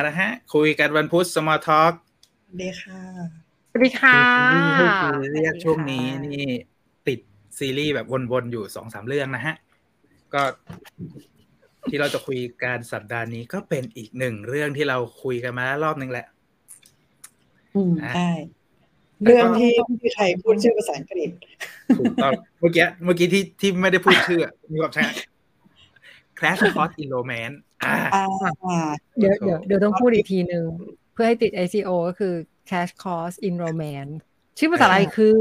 นะฮะคุยกันวันพุธ Small Talk ดีค่ะสวัสดีค่ะเรียกช่วงนี้นี่ติดซีรีส์แบบวนๆอยู่ 2-3 เรื่องนะฮะก็ที่เราจะคุยกันสัปดาห์นี้ก็เป็นอีกหนึ่งเรื่องที่เราคุยกันมารอบนึงแหละใช่เรื่องที่ใครพูดชื่อภาษาอังกฤษถูกต้องเมื่อกี้ที่ไม่ได้พูดชื่อมีความใช่ Crash Course in Romance เดี๋ยวต้องพูดอีกทีนึงเพื่อให้ติด SEO ก็คือ Crash Course in Romance ชื่อภาษาไทยคือ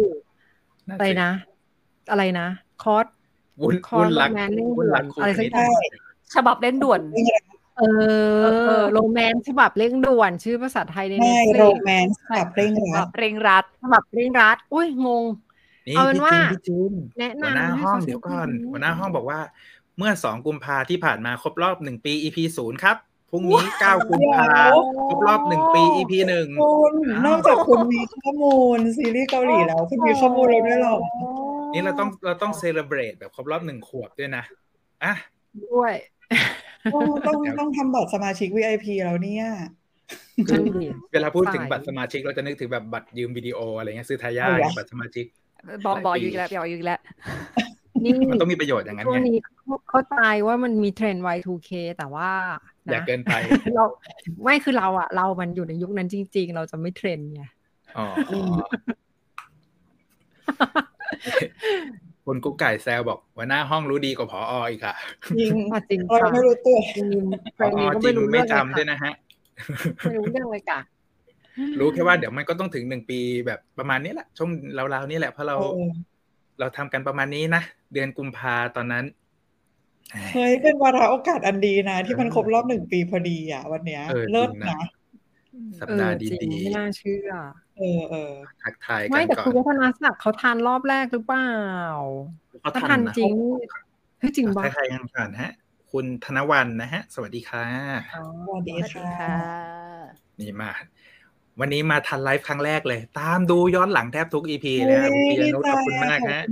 อะไรนะคอร์สโรแมนอะไรสักอย่างฉบับเร่งด่วนโรแมนต์ฉบับเร่งด่วนชื่อภาษาไทยใน Netflix โรแมนต์ฉบับเร่งรัดฉบับเร่งรัดอุ้ยงงเอาเป็นว่าแนะนำหัวหน้าห้องเดี๋ยวก่อนหัวหน้าห้องบอกว่าเมื่อ2กุมภาที่ผ่านมาครบรอบ1ปี EP 0ครับพรุ่งนี้9กุมภาครบรอบ1ปี EP 1 คุณนอกจากคุณมีข้อมูลซีรีส์เกาหลีแล้วคุณมีข้อมูลเราด้วยหรอนี่เราต้องเซเลบรตแบบครบรอบ1ขวบด้วยนะอ่ะด้วยต้องทำบัตรสมาชิก VIP แล้วเนี่ยเวลาพูดถึงบัตรสมาชิกเราจะนึกถึงแบบบัตรยืมวิดีโออะไรเงี้ยซื้อทายาทบัตรสมาชิกบอกอยู่แล้วนี่มันต้องมีประโยชน์อย่างนั้นไงช่วงนี้เข้าใจว่ามันมีเทรนด์ Y2K แต่ว่าอย่าเกินไปเราไม่คือเรามันอยู่ในยุคนั้นจริงๆเราจะไม่เทรนด์ไงอ๋อคุณกุ๊กไก่แซวบอกหัวหน้าห้องรู้ดีกว่าผอ.อีกค่ะจริงเราไม่รู้ตัวผอ.จริงไม่จำด้วยนะฮะไม่รู้เรื่องเลยค่ะรู้แค่ว่าเดี๋ยวมันก็ต้องถึง1ปีแบบประมาณนี้แหละช่วงราวๆนี่แหละเพราะเราทำกันประมาณนี้นะเดือนกุมภาตอนนั้นเฮ้ยเป็นวาระโอกาสอันดีนะที่มันครบรอบ1ปีพอดีอ่ะวันเนี้ยเลิศนะสัปดาห์ดีๆไม่น่าเชื่อทักทายกันก่อนไม่แต่คุณวัฒนศักดิ์เขาทานรอบแรกหรือเปล่าเขาทานจริงเฮ้ยจริงป่ะทักทายกันก่อนฮะคุณธนวรรณนะฮะสวัสดีค่ะสวัสดีค่ะนี่มาวันนี้มาทันไลฟ์ครั้งแรกเลยตามดูย้อนหลังแทบทุก EP เลยครับคุณปียนุชขอบคุณมากฮะ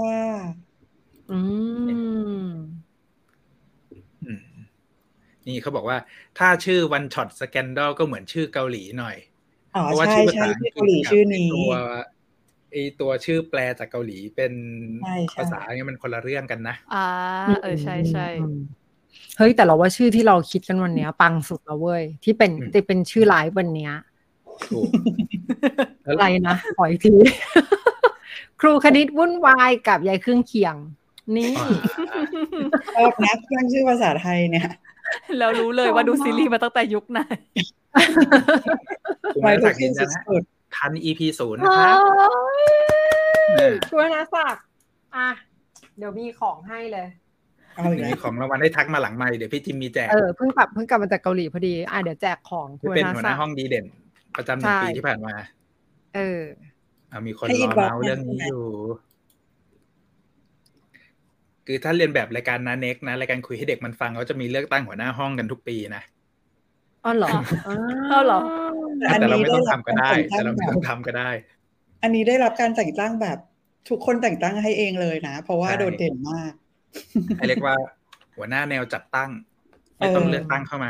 นี่เขาบอกว่าถ้าชื่อ One Shot Scandal ก็เหมือนชื่อเกาหลีหน่อยเพราะว่าชื่อภาษาอังกฤษเกาหลีชื่อนี้ตัวชื่อแปลจากเกาหลีเป็นภาษาเงี้ยมันคนละเรื่องกันนะใช่เฮ้ยแต่เราว่าชื่อที่เราคิดกันวันนี้ปังสุดแล้วเว้ยที่เป็นชื่อไลฟ์วันนี้ถูกอะไรนะขออีกทีครูคณิตวุ่นวายกับยายเครื่องเคียงนี่ชอบนะเรื่องชื่อภาษาไทยเนี่ยแล้วรู้เลยว่าดูซีรีส์มาตั้งแต่ยุคไหนคุณนักศักดิ์นะฮะทัน EP 0นะครับคุณนักศักดิ์เดี๋ยวมีของให้เลยมีของรางวัลให้ทักมาหลังไมค์เดี๋ยวพี่จิมมีแจกเพิ่งกลับมาจากเกาหลีพอดีเดี๋ยวแจกของคุณเป็นหัวหน้าห้องดีเด่นประจำ1ปีที่ผ่านมามีคนรอเมาส์เรื่องนี้อยู่คือถ้าเรียนแบบรายการนาเน็กนะรายการคุยให้เด็กมันฟังเขาจะมีเลือกตั้งหัวหน้าห้องกันทุกปีนะเหรอแต่เราไม่ต้องทำก็ได้แต่เราไม่ต้องทำก็ได้อันนี้ได้รับการแต่งตั้งแบบทุกคนแต่งตั้งให้เองเลยนะเพราะว่าโดดเด่นมากเรียกว่าหัวหน้าแนวจัดตั้งไม่ต้องเลือกตั้งเข้ามา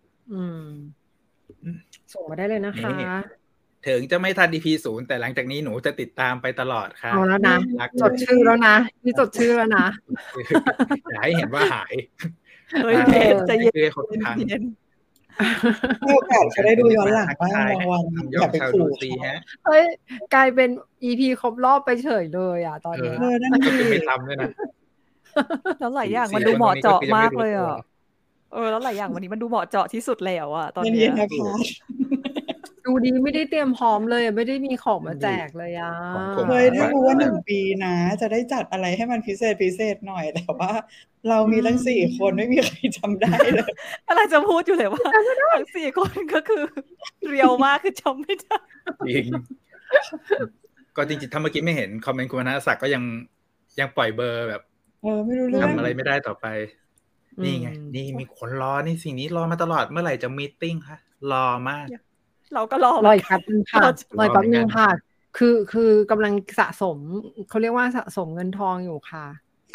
ส่งมาได้เลยนะคะถึงจะไม่ทัน EP 0แต่หลังจากนี้หนูจะติดตามไปตลอดค่ะเอาแล้วนะจดชื่อแล้วนะนี่จดชื่อแล้วนะอยากให้เห็นว่าหายจะเย็นคนทางมีโอกาสจะได้ดูย้อนหลังบ้างรางวัลอย่าไปขู่เฮ้ยกลายเป็น EP ครบรอบไปเฉยเลยตอนนี้นั่นคือไม่ทำด้วยนะแล้วหลายอย่างมันดูเหมาะเจาะมากเลยแล้วหลายอย่างวันนี้มันดูเหมาะเจาะที่สุดแล้วตอนนี้ดูดีไม่ได้เตรียมพร้อมเลยไม่ได้มีของมาแจกเลยเคยได้รู้ว่า1ปีนะจะได้จัดอะไรให้มันพิเศษหน่อยแต่ว่าเรามีทั้ง4คนไม่มีใครจำได้เลยอะไรจะพูดอยู่เลยว่าทั้ง4คนก็คือเรียวมากคือจำไม่ได้จริงก็จริงๆถ้าเมื่อกี้ไม่เห็นคอมเมนต์คุณณศักดิ์ก็ยังปล่อยเบอร์แบบไม่รู้เรื่องทำอะไรไม่ได้ต่อไปนี่ไงนี่มีคนรอนี่สิ่งนี้รอมาตลอดเมื่อไหร่จะมีตติ้งคะรอมากเราก็รออีกครับค่ะรอแป๊บนึงค่ะคือกำลังสะสมเขาเรียกว่าสะสมเงินทองอยู่ค่ะ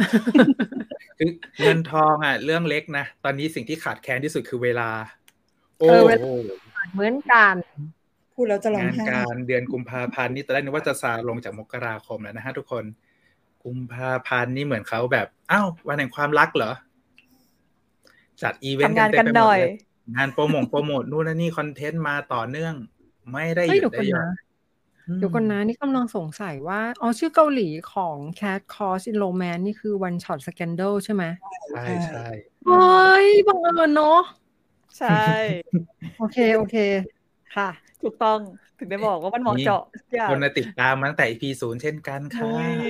คือเงินทองเรื่องเล็กนะตอนนี้สิ่งที่ขาดแคลนที่สุดคือเวลาโอ้โหเหมือนกันพูดแล้วจะร้องงานไห้การเดือนกุมภาพันธ์นี่ตอนแรกนึกว่าจะซาลงจากมกราคมแล้วนะฮะทุกคนกุมภาพันธ์นี่เหมือนเขาแบบอ้าววันแห่งความรักเหรอจัดอีเวนต์ทำงานกันหน่อยงานโปรโมทนู่นนี่คอนเทนต์มาต่อเนื่องไม่ได้หยุดได้หย่อนเดี๋ยวก่อนนะนี่กำลังสงสัยว่าชื่อเกาหลีของ Cat Cause in Romance นี่คือ One Shot Scandal ใช่ไหมใช่ใช่เฮ้ยบังเอิญเนาะใช่โอเคค่ะถูกต้องถึงได้บอกว่ามันเหมาะเจาะทุกอย่างคนติดตามมาตั้งแต่ EP 0เช่นกันค่ะ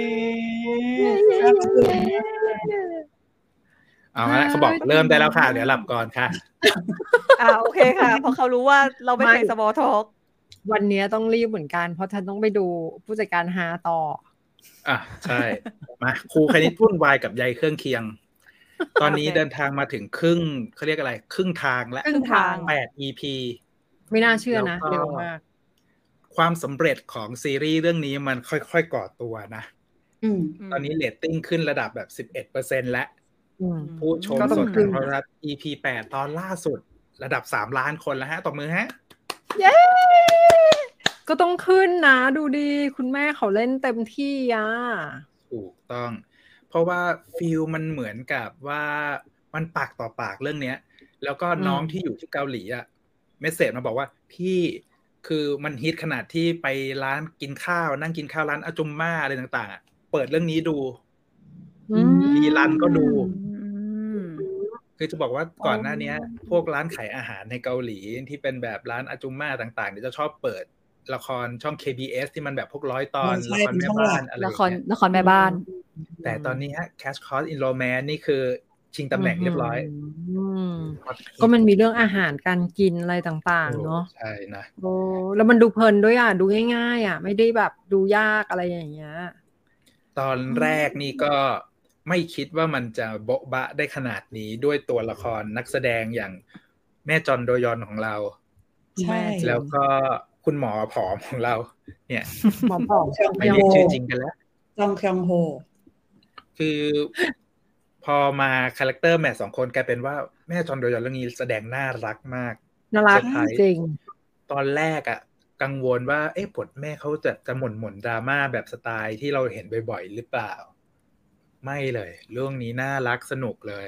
เอาละเขาบอกเริ่มได้แล้วค่ะเดี๋ยวหลับก่อนค่ะโอเคค่ะเพราะเขารู้ว่าเราไม่เคย small talk วันนี้ต้องรีบเหมือนกันเพราะฉันต้องไปดูผู้จัดการฮาต่อใช่มาครูคณิตวุ่นวายกับใยเครื่องเคียง ตอนนี้เดินทางมาถึงครึ่งเขาเรียกอะไรครึ่งทางและครึ่งทาง 8 EP ไม่น่าเชื่อนะเร็วมากความสำเร็จของซีรีส์เรื่องนี้มันค่อยๆก่อตัวนะตอนนี้เรตติ้งขึ้นระดับแบบ 11% แล้วผู้ชมสดทางโทรทัศน์ EP 8 ตอนล่าสุดระดับ3 ล้านคนแล้วฮะตบมือฮะเย้ก็ต้องขึ้นนะดูดีคุณแม่เขาเล่นเต็มที่ถูกต้องเพราะว่าฟีลมันเหมือนกับว่ามันปากต่อปากเรื่องนี้แล้วก็น้องที่อยู่ที่เกาหลีเมสเสจมาบอกว่าพี่คือมันฮิตขนาดที่ไปร้านกินข้าวนั่งกินข้าวร้านอาจุมม่าอะไรต่างๆเปิดเรื่องนี้ดูรีรันก็ดูคือจะบอกว่าก่อนหน้านี้พวกร้านขายอาหารในเกาหลีที่เป็นแบบร้านอาจุมม่าต่างๆเนี่ยจะชอบเปิดละครช่อง KBS ที่มันแบบพวก100 ตอนละครแม่บ้านอะไรอย่างเงี้ยละครแม่บ้านแต่ตอนนี้ฮะ Cash Course in Romance นี่คือชิงตำแหน่งเรียบร้อยก็มันมีเรื่องอาหารการกินอะไรต่างๆเนาะใช่นะแล้วมันดูเพลินด้วยดูง่ายๆไม่ได้แบบดูยากอะไรอย่างเงี้ยตอนแรกนี่ก็ไม่คิดว่ามันจะโบ๊ะบะได้ขนาดนี้ด้วยตัวละครนักแสดงอย่างแม่จอนโดยอนของเราใช่แล้วก็คุณหมอผอมของเราเนี่ยหมอผอมไม่เรียกชื่อจริงกันแล้วจองคยองโฮคือพอมาคาแรคเตอร์แม่2 คนกลายเป็นว่าแม่จอนโดยอนเรื่องนี้แสดงน่ารักมากน่ารักจริงตอนแรกกังวลว่าบทแม่เขาจะหม่นดราม่าแบบสไตล์ที่เราเห็นบ่อยๆหรือเปล่าไม่เลยเรื่องนี้น่ารักสนุกเลย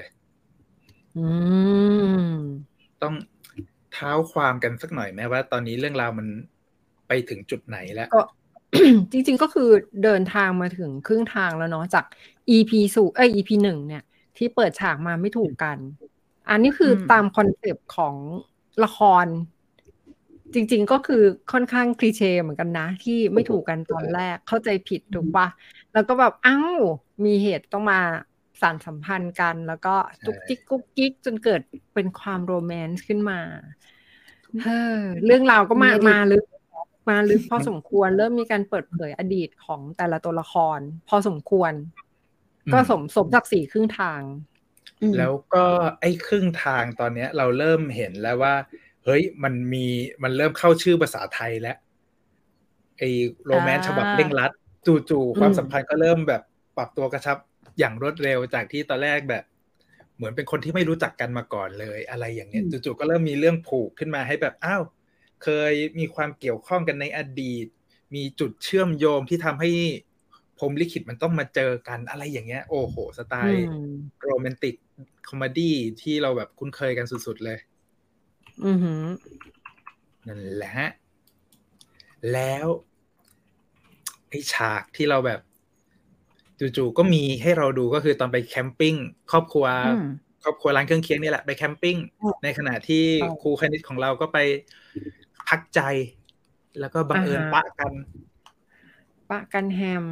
ต้องเท้าความกันสักหน่อยไหมว่าตอนนี้เรื่องราวมันไปถึงจุดไหนแล้วก็ จริงๆก็คือเดินทางมาถึงครึ่งทางแล้วเนาะจาก EP EP 1เนี่ยที่เปิดฉากมาไม่ถูกกันอันนี้คือตามคอนเซปต์ของละครจริงๆก็คือค่อนข้างคลีเช่เหมือนกันนะที่ไม่ถูกกันตอนแรกเข้าใจผิดถูกปะแล้วก็แบบมีเหตุต้องมาสานสัมพันธ์กันแล้วก็จุกจิกกุ๊กกิ๊กจนเกิดเป็นความโรแมนต์ขึ้นมาเรื่องราวก็มาลึกพอสมควรเริ่มมีการเปิดเผยอดีตของแต่ละตัวละครพอสมควรก็สมศักดิ์ศรีครึ่งทางแล้วก็ไอ้ครึ่งทางตอนนี้เราเริ่มเห็นแล้วว่าเฮ้ยมันเริ่มเข้าชื่อภาษาไทยแล้วไอ้โรแมนต์ฉบับเร่งรัดจู่ๆความสัมพันธ์ก็เริ่มแบบปรับตัวกระชับอย่างรวดเร็วจากที่ตอนแรกแบบเหมือนเป็นคนที่ไม่รู้จักกันมาก่อนเลยอะไรอย่างเงี้ยจู่ๆก็เริ่มมีเรื่องผูกขึ้นมาให้แบบเคยมีความเกี่ยวข้องกันในอดีตมีจุดเชื่อมโยงที่ทำให้พรหมลิขิตมันต้องมาเจอกันอะไรอย่างเงี้ยโอ้โหสไตล์โรแมนติกคอมเมดี้ที่เราแบบคุ้นเคยกันสุดๆเลยนั่นแหละแล้วไอ้ฉากที่เราแบบจู่ๆก็มีให้เราดูก็คือตอนไปแคมปิ้งครอบครัวร้านเครื่องเคียงนี่แหละไปแคมปิ้งในขณะที่ครูคณิตของเราก็ไปพักใจแล้วก็บังเอิญปะกันแฮม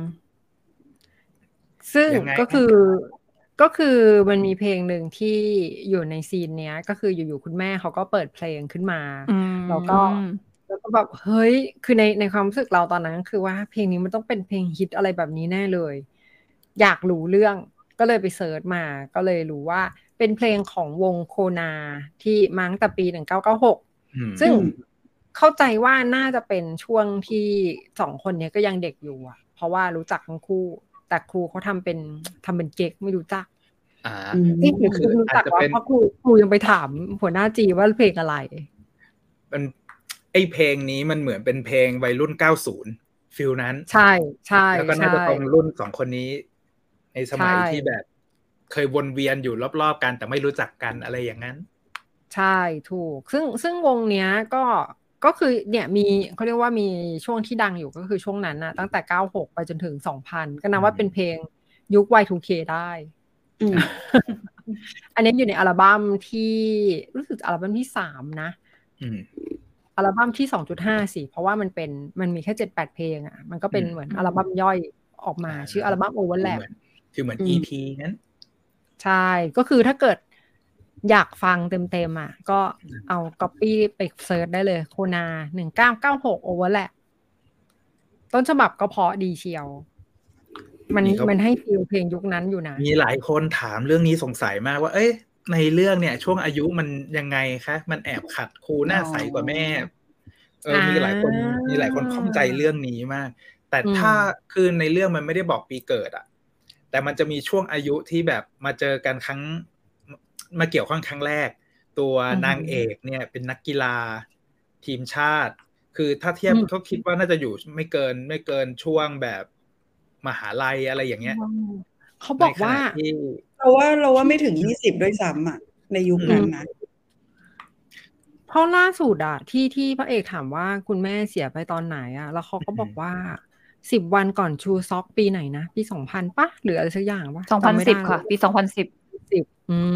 ซึ่งก็คือมันมีเพลงหนึ่งที่อยู่ในซีนเนี้ยก็คืออยู่ๆคุณแม่เขาก็เปิดเพลงขึ้นมาแล้วก็แบบเฮ้ยคือในความรู้สึกเราตอนนั้นคือว่าเพลงนี้มันต้องเป็นเพลงฮิตอะไรแบบนี้แน่เลยอยากรู้เรื่องก็เลยไปเสิร์ชมาก็เลยรู้ว่าเป็นเพลงของวงโคนาที่มาตั้งแต่ปี1996ซึ่งเข้าใจว่าน่าจะเป็นช่วงที่2 คนนี้ก็ยังเด็กอยู่เพราะว่ารู้จักทั้งคู่แต่ครูเขาทำเป็นเก๊กไม่รู้จักนี่คือรู้จักว่าเพราะครูยังไปถามหัวหน้าจีว่าเพลงอะไรมันไอเพลงนี้มันเหมือนเป็นเพลงวัยรุ่น90ฟิลนั้นใช่ใช่แล้วก็น่าจะตรงรุ่น2คนนี้ในสมัยที่แบบเคยวนเวียนอยู่รอบๆกันแต่ไม่รู้จักกันอะไรอย่างนั้นใช่ถูกซึ่งวงเนี้ยก็คือเนี่ยมีเขาเรียกว่ามีช่วงที่ดังอยู่ก็คือช่วงนั้นนะตั้งแต่96ไปจนถึง2000ก็นับว่าเป็นเพลงยุค Y2K ได้อันนี้อยู่ในอัลบั้มที่รู้สึกอัลบั้มที่3นะอัลบั้มที่ 2.5 สิเพราะว่ามันมีแค่ 7-8 เพลงอ่ะมันก็เป็นเหมือนอัลบั้มย่อยออกมาชื่ออัลบั้ม Overlap คือเหมือน EP นั้นใช่ก็คือถ้าเกิดอยากฟังเต็มๆอ่ะก็เอา copy ไปเซิร์ชได้เลยโคนา1996 Overlap ต้นฉบับก็เพราะดีเชียวมันให้ฟีลเพลงยุคนั้นอยู่นะมีหลายคนถามเรื่องนี้สงสัยมากว่าเอ้ยในเรื่องเนี่ยช่วงอายุมันยังไงคะมันแอบขัดครูหน้าใสกว่าแม่มีหลายคนข้องใจเรื่องนี้มากแต่ถ้าคือในเรื่องมันไม่ได้บอกปีเกิดอ่ะแต่มันจะมีช่วงอายุที่แบบมาเจอกันมาเกี่ยวข้องครั้งแรกตัวนางเอกเนี่ยเป็นนักกีฬาทีมชาติคือถ้าเทียบเขาคิดว่าน่าจะอยู่ไม่เกินช่วงแบบมหาลัยอะไรอย่างเงี้ยเขาบอกว่าเราว่าไม่ถึง20ด้วยซ้ำอ่ะในยุคนั้นนะเพราะล่าสุดอ่ะที่พระเอกถามว่าคุณแม่เสียไปตอนไหนอ่ะแล้วเขาก็บอกว่า10 วันก่อนชูซ็อกปีไหนนะปี2000ป่ะหรืออะไรสักอย่างป่ะ 2010ค่ะปี2010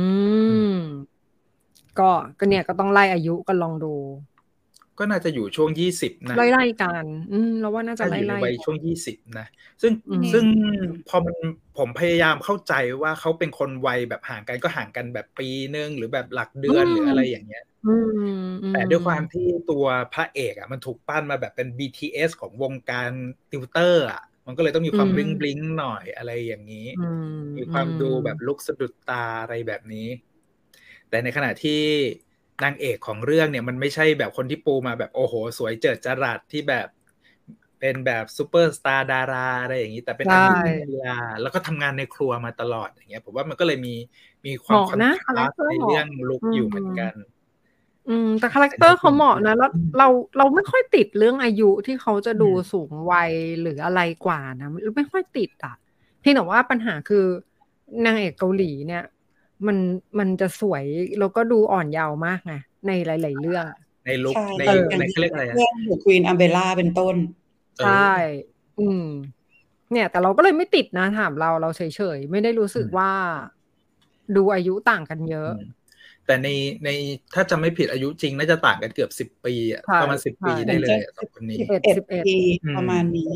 ก็เนี่ยก็ต้องไล่อายุกันลองดูก็น่าจะอยู่ช่วง20นะไล่ๆกันเราว่าน่าจะไล่ๆวัยช่วง20นะซึ่งพอผมพยายามเข้าใจว่าเขาเป็นคนวัยแบบห่างกันก็ห่างกันแบบปีนึงหรือแบบหลักเดือนหรืออะไรอย่างเงี้ยแต่ด้วยความที่ตัวพระเอกอ่ะมันถูกปั้นมาแบบเป็น BTS ของวงการติวเตอร์อ่ะมันก็เลยต้องมีความบลิงหน่อยอะไรอย่างนี้มีความดูแบบลุกสะดุดตาอะไรแบบนี้แต่ในขณะที่นางเอกของเรื่องเนี่ยมันไม่ใช่แบบคนที่ปูมาแบบโอ้โหสวยเจิดจรัสที่แบบเป็นแบบซูเปอร์สตาร์ดาราอะไรอย่างนี้แต่เป็นอดีตนักกีฬาแล้วก็ทำงานในครัวมาตลอดอย่างเงี้ยผมว่ามันก็เลยมีความคอนทราสต์ในเรื่องลุคอยู่เหมือนกันแต่คาแรคเตอร์เขาเหมาะนะแล้วเราไม่ค่อยติดเรื่องอายุที่เขาจะดูสูงวัยหรืออะไรกว่านะไม่ค่อยติดอ่ะเพียงแต่ว่าปัญหาคือนางเอกเกาหลีเนี่ยมันจะสวยแล้วก็ดูอ่อนเยาว์มากไงในหลายๆเรื่องในลุคในเขาเรียกอะไรเรื่องของควีนอัมเบล่าเป็นต้นใช่เนี่ยแต่เราก็เลยไม่ติดนะถามเราเฉยๆไม่ได้รู้สึกว่าดูอายุต่างกันเยอะแต่ในถ้าจำไม่ผิดอายุจริงน่าจะต่างกันเกือบ10 ปีอ่ะประมาณ10 ปีได้เลยสองคนนี้ 11 ปีประมาณนี้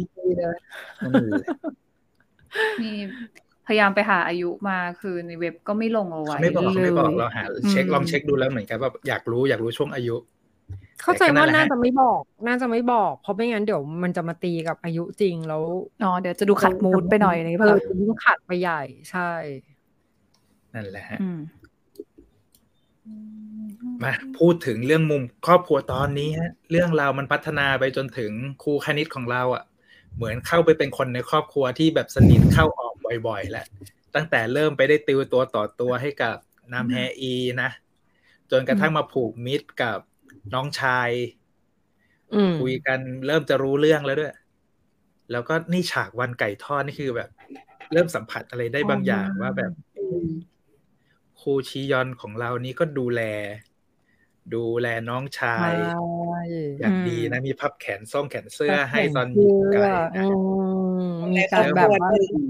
มีพยายามไปหาอายุมาคือในเว็บก็ไม่ลงเอาไว้ไม่บอกเราหาลองเช็คดูแล้วเหมือนกันว่าอยากรู้ช่วงอายุเข้าใจว่าน่าจะไม่บอกเพราะไม่งั้นเดี๋ยวมันจะมาตีกับอายุจริงแล้วเดี๋ยวจะดูขัดมูดไปหน่อยนี่ยิ่งขัดไปใหญ่ใช่นั่นแหละฮะมาพูดถึงเรื่องมุมครอบครัวตอนนี้ฮะเรื่องราวมันพัฒนาไปจนถึงครูคณิตของเราอ่ะเหมือนเข้าไปเป็นคนในครอบครัวที่แบบสนิทเข้าออกบ่อยๆแหละตั้งแต่เริ่มไปได้ติวตัวต่อตัวให้กับนามแฮอีนะจนกระทั่งมาผูกมิตรกับน้องชายคุยกันเริ่มจะรู้เรื่องแล้วด้วยแล้วก็นี่ฉากวันไก่ทอดนี่คือแบบเริ่มสัมผัสอะไรได้บางอย่างว่าแบบครูชียอนของเรานี่ก็ดูแลน้องชายอย่างดีนะมีพับแขนส้มแขนเสื้อให้ตอนไก่มีการแบบว่า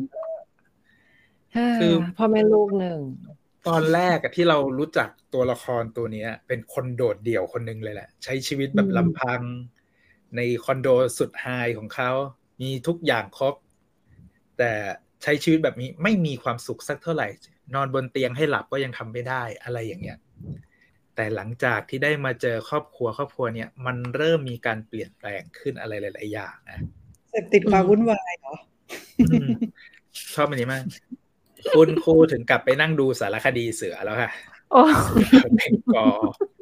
คือพ่อแม่ลูกหนึ่งตอนแรกที่เรารู้จักตัวละครตัวนี้เป็นคนโดดเดี่ยวคนนึงเลยแหละใช้ชีวิตแบบลำพังในคอนโดสุดไฮของเขามีทุกอย่างครบแต่ใช้ชีวิตแบบนี้ไม่มีความสุขสักเท่าไหร่นอนบนเตียงให้หลับก็ยังทำไม่ได้อะไรอย่างเงี้ยแต่หลังจากที่ได้มาเจอครอบครัวเนี่ยมันเริ่มมีการเปลี่ยนแปลงขึ้นอะไรหลายๆอย่างนะเสพติดความวุ่นวายเหรอชอบมันนี้มากคุณครูถึงกลับไปนั่งดูสารคดีเสือแล้วค่ะเป็นกอ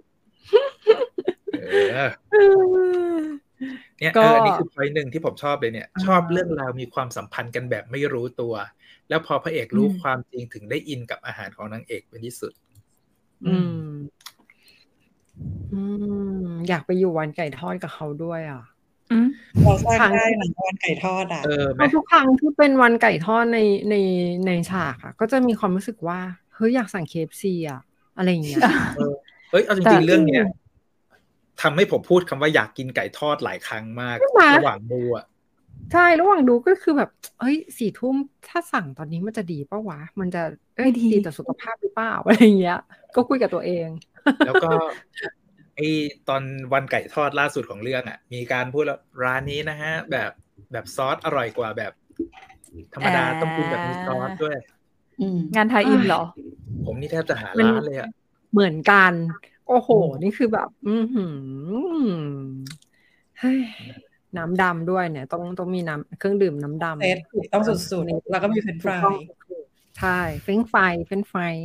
เนี่ยอันนี้คือพอยต์นึงที่ผมชอบเลยเนี่ยชอบเรื่องราวมีความสัมพันธ์กันแบบไม่รู้ตัวแล้วพอพระเอกรู้ความจริงถึงได้อินกับอาหารของนางเอกเป็นที่สุดอยากไปอยู่วันไก่ทอดกับเขาด้วยอ่ะเราสร้างได้นะวันไก่ทอดอ่ะเพราะทุกครั้งที่เป็นวันไก่ทอดในฉากอ่ะก็จะมีความรู้สึกว่าเฮ้ยอยากสั่ง KFC อ่ะอะไรอย่างเงี้ยเฮ้ยเอาจริงๆเรื่องเนี้ยทำให้ผมพูดคำว่าอยากกินไก่ทอดหลายครั้งมากระหว่างดูอ่ะใช่ระหว่างดูก็คือแบบเฮ้ย4 ทุ่มถ้าสั่งตอนนี้มันจะดีป่าวะมันจะดีต่อสุขภาพหรือเปล่าอะไรอย่างเงี้ยก็คุยกับตัวเองแล้วก็ไอตอนวันไก่ทอดล่าสุดของเรื่องอ่ะมีการพูดแล้วร้านนี้นะฮะแบบซอสอร่อยกว่าแบบธรรมดาต้องกินแบบมีซอสด้วยงานไทยอินเหรอผมนี่แทบจะหาร้านเลยอ่ะเหมือนกันโอ้โหนี่คือแบบน้ำดำด้วยเนี่ยต้องมีน้ำเครื่องดื่มน้ำดำเซตต้องสุดๆแล้วก็มีเฟรนช์ฟรายใช่เฟรนช์ฟราย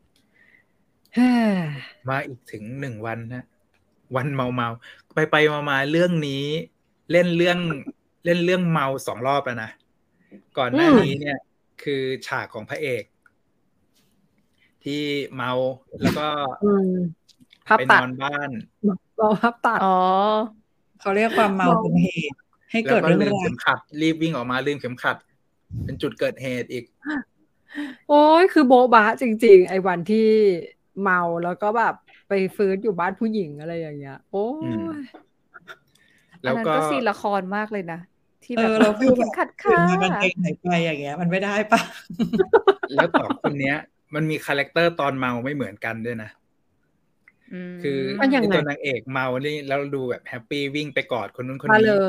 มาอีกถึง1 วันนะวันเมาไปมาเรื่องนี้เล่นเรื่องเมา2 รอบแล้วนะก่อนหน้านี้เนี่ยคือฉากของพระเอกที่เมาแล้วก็ไปนอนบ้านภาพตัดเขาเรียกความเมาเป็นเหตุให้เกิดเรื่องลืมเข็มขัดรีบวิ่งออกมาลืมเข็มขัดเป็นจุดเกิดเหตุอีกโอ้ยคือโบ๊ะบะจริงๆไอ้วันที่เมาแล้วก็แบบไปฟื้นอยู่บ้านผู้หญิงอะไรอย่างเงี้ยโอ้ยแล้วก็ซีนละครมากเลยนะที่แบบเราพูดขัดข้ากางเกงไหนไปอย่างเงี้ยมันไม่ได้ปะแล้ว2 คนเนี้ยมันมีคาแรคเตอร์ตอนเมาไม่เหมือนกันด้วยนะคือตัวนางเอกเมานี่แล้วดูแบบแฮปปี้วิ่งไปกอดคนนู้นคนนี้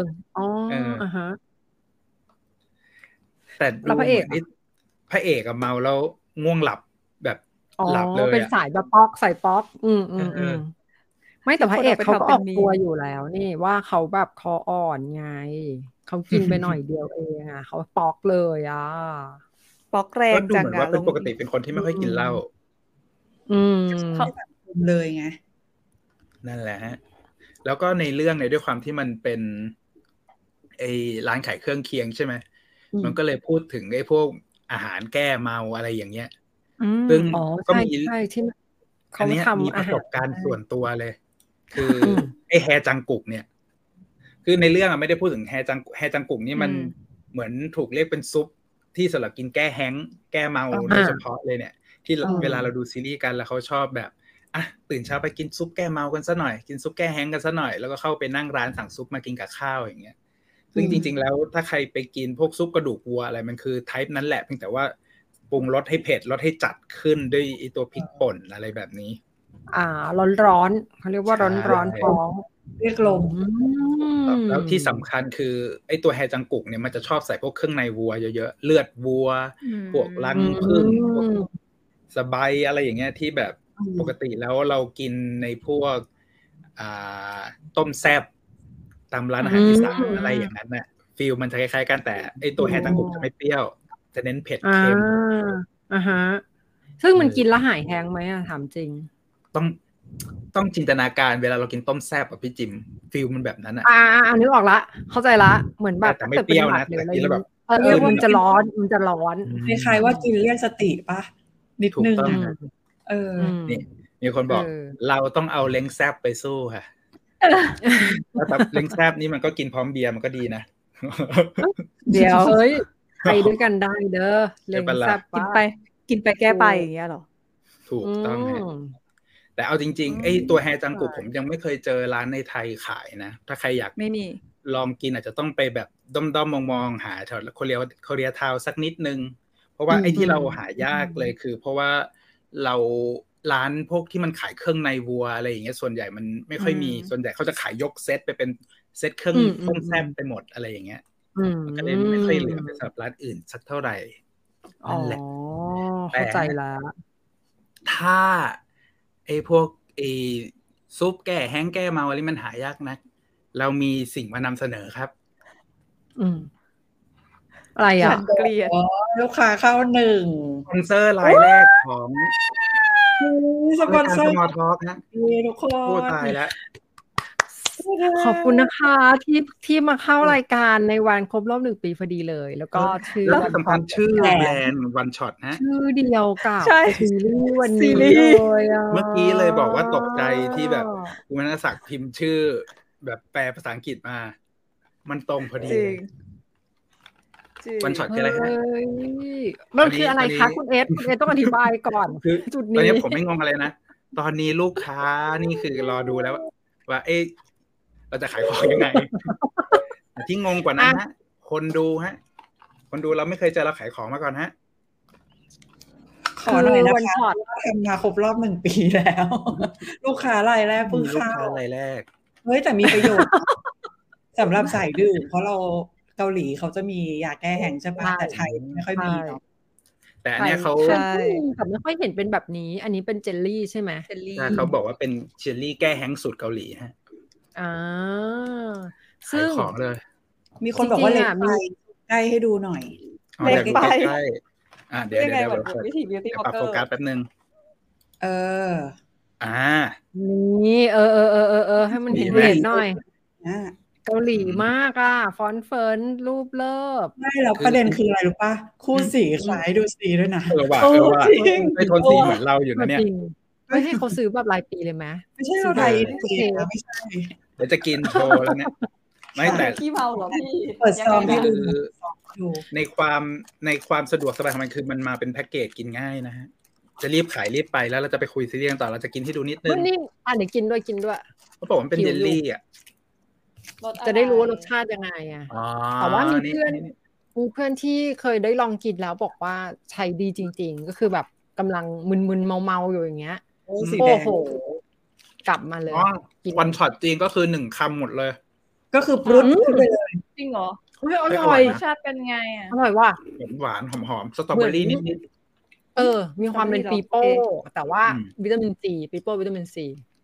แต่ดูเหมือนพระเอกเมาแล้วง่วงหลับแบบหลับเลยเป็นสายแบบป๊อกใส่ป๊อกไม่แต่พระเอกเขาก็ออกตัวอยู่แล้วนี่ว่าเขาแบบคออ่อนไงเขากินไปหน่อยเดียวเองอ่ะเขาป๊อกเลยอ่ะป๊อกแรงจังอะว่าเป็นปกติเป็นคนที่ไม่ค่อยกินเหล้าเขาเลยไงนั่นแหละฮะแล้วก็ในเรื่องในด้วยความที่มันเป็นไอ้ร้านขายเครื่องเคียงใช่ไหมมันก็เลยพูดถึงไอ้พวกอาหารแก้เมาอะไรอย่างเงี้ยซึ่งก็มีเขาทำมีประสบการณ์ส่วนตัวเลยคือไอ้แฮจังกุกเนี่ยคือในเรื่องไม่ได้พูดถึงแฮจังกุกนี่มันเหมือนถูกเรียกเป็นซุปที่สำหรับกินแก้แห้งแก้เมาโดยเฉพาะเลยเนี่ยที่เวลาเราดูซีรีส์กันแล้วเขาชอบแบบตื่นเช้าไปกินซุปแก้เมากันซะหน่อยกินซุปแก้แห้งกันซะหน่อยแล้วก็เข้าไปนั่งร้านสั่งซุปมากินกับข้าวอย่างเงี้ยซึ่งจริงๆแล้วถ้าใครไปกินพวกซุปกระดูกวัวอะไรมันคือไทป์นั้นแหละเพียงแต่ว่าปรุงรสให้เผ็ดรสให้จัดขึ้นด้วยไอ้ตัวพริกป่นอะไรแบบนี้ร้อนเขาเรียกว่าร้อนท้องเรียกลมแล้วที่สำคัญคือไอ้ตัวแฮจังกุกเนี่ยมันจะชอบใส่พวกเครื่องในวัวเยอะๆเลือดวัวพวกรังผึ้งพวกสบายอะไรอย่างเงี้ยที่แบบปกติแล้วเรากินในพวกต้มแซ่บตามร้านอาหารอีสานอะไรอย่างนั้นน่ะฟีลมันจะคล้ายๆกันแต่ไอ้ตัวแฮจังกุกจะไม่เปรี้ยวจะเน้นเผ็ดเค็มซึ่งมันกินแล้วหายแห้งไหมถามจริงต้องจินตนาการเวลาเรากินต้มแซ่บพี่จิมฟีลมันแบบนั้นนึกออกละเข้าใจละเหมือนแบบแต่ไม่เปรี้ยวนะแต่กินแล้วแบบมันจะร้อนคล้ายๆว่ากินเลี่ยนสติป่ะนิดนึงนี่มีคนบอกเราต้องเอาเล้งแซ่บไปสู้ค่ะแต่เล้งแซ่บนี่มันก็กินพร้อมเบียร์มันก็ดีนะเดี๋ยวเฮ้ยไปด้วยกันได้เด้อเล้งแซ่บกินไปแก้ไปอย่างเงี้ยหรอถูกต้องฮะแต่เอาจริงๆไอ้ตัวแฮจังกุผมยังไม่เคยเจอร้านในไทยขายนะถ้าใครอยากไม่มีลองกินอาจจะต้องไปแบบด้อมๆมองๆหาแถวโคเรียทาวน์สักนิดนึงเพราะว่าไอ้ที่เราหายากเลยคือเพราะว่าเราร้านพวกที่มันขายเครื่องในวัวอะไรอย่างเงี้ยส่วนใหญ่มันไม่ค่อยมีส่วนใหญ่เขาจะขายยกเซตไปเป็นเซตเครื่องต้มแซ่บไปหมดอะไรอย่างเงี้ยมันก็เลยไม่ค่อยเหลือไปสำหรับร้านอื่นสักเท่าไหร่นั่นแหละเข้าใจแล้วถ้าไอ้พวกซุปแก้แห้งแก้เมาอะไรมันหายากนะเรามีสิ่งมานำเสนอครับอะไรเกลียดลูกค้าเข้า1 สปอนเซอร์รายแรกของสปอนเซอร์มอทอล์กนะทุกคนพูดตายแล้วขอบคุณนะคะที่มาเข้ารายการในวันครบรอบ1 ปีพอดีเลย แล้วก็ชื่อแล้วที่สำคัญชื่อแบรนด์วันช็อตนะชื่อเดียวกับใช่ซีรีส์วันซีนี้รีส์เลยอะเมื่อกี้เลยบอกว่าตกใจที่แบบคุณวรรณศักดิ์พิมพ์ชื่อแบบแปลภาษาอังกฤษมา มันตรงพอดีจริงจริงวันช็อตคืออะไรฮะเฮ้ยมันคืออะไรคะคุณเอสต้องอธิบายก่อนคือจุดตอนนี้นี้ผมไม่งงอะไรนะตอนนี้ลูกค้านี่คือรอดูแล้วว่าเราจะขายของยังไง แต่ที่งงกว่านั้นฮะคนดูเราไม่เคยเจอเราขายของมาก่อนฮะขอหน่อยนะวันคะช็อตทำมาครบรอบ1 ปีแล้ว ลูกค้ารายแรกเพิ่งลูกเข้าค้ารายแรกเฮ้ยแต่มีประโยชน์ สำหรับสายดื่มเพราะเราเกาหลีเขาจะมียาแก้แห้งใช่ปะแต่ไทยไม่ค่อยมีเนาะแต่อันเนี้ยเขาใช่แต่ไม่ค่อยเห็นเป็นแบบนี้ อันนี้เป็นเจลลี่ใช่ไหมเจลลี่เขาบอกว่าเป็นเชลลี่แก้แห้งสูตรเกาหลีฮะอ่าขาซึ่ยงของเลยมีคนบอกว่าจริเล็งๆกอะไปใกล้ให้ดูหน่อยอ๋อเล็กไปใกล้ๆเดี๋ยวยังไงเดี๋ยวเหมือนเปิดวิธี beauty เดี๋ยวปรับ blogger โฟกัสแป๊บนึงเออนี่ให้มันเห็นดีไหมเห็นหน่อยนะเกาหลีมากอ่ะ ฟอนต์เฟิร์นรูปเลิฟไม่แล้วประเด็นคืออะไรรู้ป่ะคู่สีคล้ายดูสีด้วยนะว่าจริงไม่โทนสีเหมือนเราอยู่นะเนี่ยจริงไม่ให้เขาซื้อแบบรายปีเลยไหมไม่ใช่เราไทยอินเดียนะไม่ใช่เดี๋ยวจะกินโชว์แล้วเนี่ยไม่แต่ขี้เมาเหรอพี่เปิดซองให้ดูคือดูในความสะดวกสบายของมันคือมันมาเป็นแพ็กเกจกินง่ายนะฮะจะรีบขายรีบไปแล้วเราจะไปคุยซีรีส์กันต่อเราจะกินให้ดูนิดนึเฮ้ยงนี่เดี๋ยวกินด้วยเขาบอกว่ามันเป็นหิวเยลลี่อ่ะจะได้รู้ว่ารสชาติยังไงอ่ะอ๋อแต่ว่ามีนี่เพื่อนที่เคยได้ลองกินแล้วบอกว่าใช้ดีจริงๆ ก็คือแบบกำลังมึนๆเมาๆอยู่อย่างเงี้ยโอ้สีแดโอ้งโห กลับมาเลยอ๋อวันช็อตจริงก็คือ1 คำหมดเลยก็คือปรุดขึ้นไปเลยจริงเหรอเฮ้ยอไม่อร่ร่ออยยรสชาติเป็นไงอ่ะอร่อยว่ะหวานหอมสตรอเบอรี่นิดมีความเป็นปีโป้ แต่ว่าอืมวิตามินซีปีโป้วิตามินซี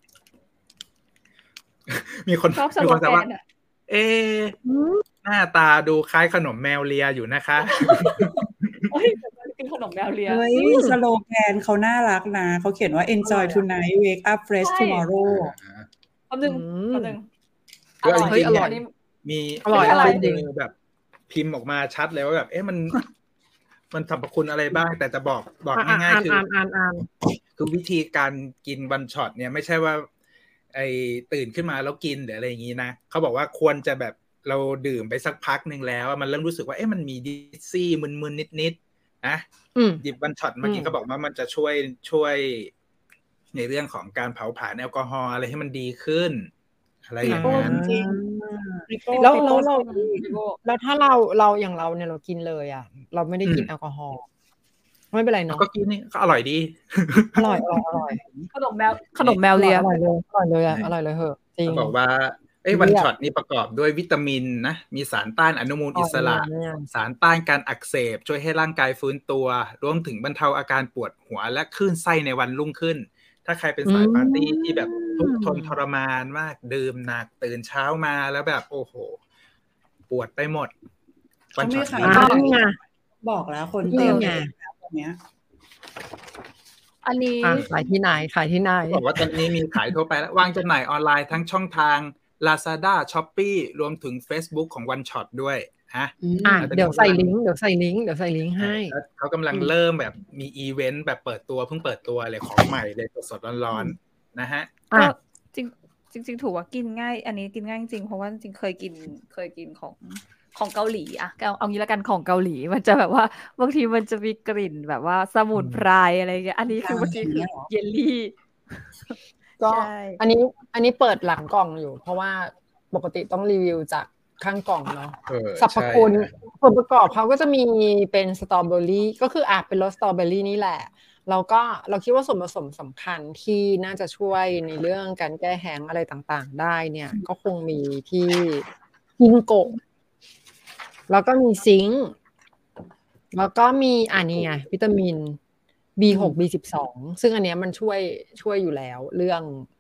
ๆมีคนชอบสมีโลคนแกถามว่านอ่ะหน้าตาดูคล้ายขนมแมวเลียอยู่นะคะเฮ้ยแต่มันกินขนมแมวเลียเฮ้ยสโลแกนเขาน่ารักนะเขาเขียนว่า enjoy tonight wake up fresh ใช่ tomorrow คำหนึ่งคือเอาจริงๆอร่อยนี่มีอร่อยอะไรจริงแบบพิมพ์ออกมาชัดเลยว่าแบบมันสรรพคุณอะไรบ้าง แต่จะบอกง่ายๆคืออ่านคือวิธีการกินวันช็อตเนี่ยไม่ใช่ว่าไอ้ตื่นขึ้นมาแล้วกินหรืออะไรอย่างนี้นะเขาบอกว่าควรจะแบบเราดื่มไปสักพักหนึ่งแล้วมันเริ่มรู้สึกว่ามันมีดิสซี่มึนๆนิดๆนะหยิบวันช็อตมากินเขาบอกว่ามันจะช่วยในเรื่องของการเผาผลาญแอลกอฮอล์อะไรให้มันดีขึ้นอะไรอย่างนั้นจริงแล้วถ้าเราอย่างเราเนี่ยเรากินเลยอ่ะ เราไม่ได้กินแอลกอฮอล์ไม่เป็นไรเนาะก็กินนี่ก็อร่อยดีอร่อยขนมแมวเลียอร่อยเลยอะอร่อยเลยเหอะจริงเขาบอกว่าวันช็อตนี่ประกอบด้วยวิตามินนะมีสารต้านอนุมูลอิสระ สารต้านการอักเสบช่วยให้ร่างกายฟื้นตัวรวมถึงบรรเทาอาการปวดหัวและคลื่นไส้ในวันรุ่งขึ้น ถ้าใครเป็นสายปาร์ตี้ที่แบบทุกข์ทนทรมานมากดื่มหนักตื่นเช้ามาแล้วแบบโอ้โหปวดไปหมดวันช็อตบอกแล้วคนเต็มเลยตรงเนี้ยอันนี้ขายที่ไหนบอกว่าตอนนี้มีขายทั่วไปแล้ววางจำหน่ายออนไลน์ทั้งช่องทาง Lazada Shopee รวมถึง Facebook ของ One Shot ด้วยเดี๋ยวใส่ลิงก์ให้เขากำลังเริ่มแบบมีอีเวนต์แบบเปิดตัวเพิ่งเปิดตัวเลยของใหม่เลยสดๆร้อนๆนะฮะก็จริงถูกว่ากินง่ายอันนี้กินง่ายจริงเพราะว่าจริงเคยกินของเกาหลีอะเอางี้ละกันของเกาหลีมันจะแบบว่าบางทีมันจะมีกลิ่นแบบว่าสมุนไพรอะไรเงี้ยอันนี้คือเมื่อกี้คือเยลลี่ก็อันนี้เปิดหลังกล่องอยู่เพราะว่าปกติต้องรีวิวจากข้างกล่องเนาะสรรพคุณส่วนประกอบเขาก็จะมีเป็นสตรอเบอรี่ก็คือเป็นรสสตรอเบอรี่นี่แหละแล้วก็เราคิดว่าส่วนผสมสำคัญที่น่าจะช่วยในเรื่องการแก้แห้งอะไรต่างๆได้เนี่ยก็คงมีที่ฮิงโกะแล้วก็มีซิงค์แล้วก็มีนี่ไงวิตามิน B6 B12 ซึ่งอันเนี้ยมันช่วยอยู่แล้วเรื่อง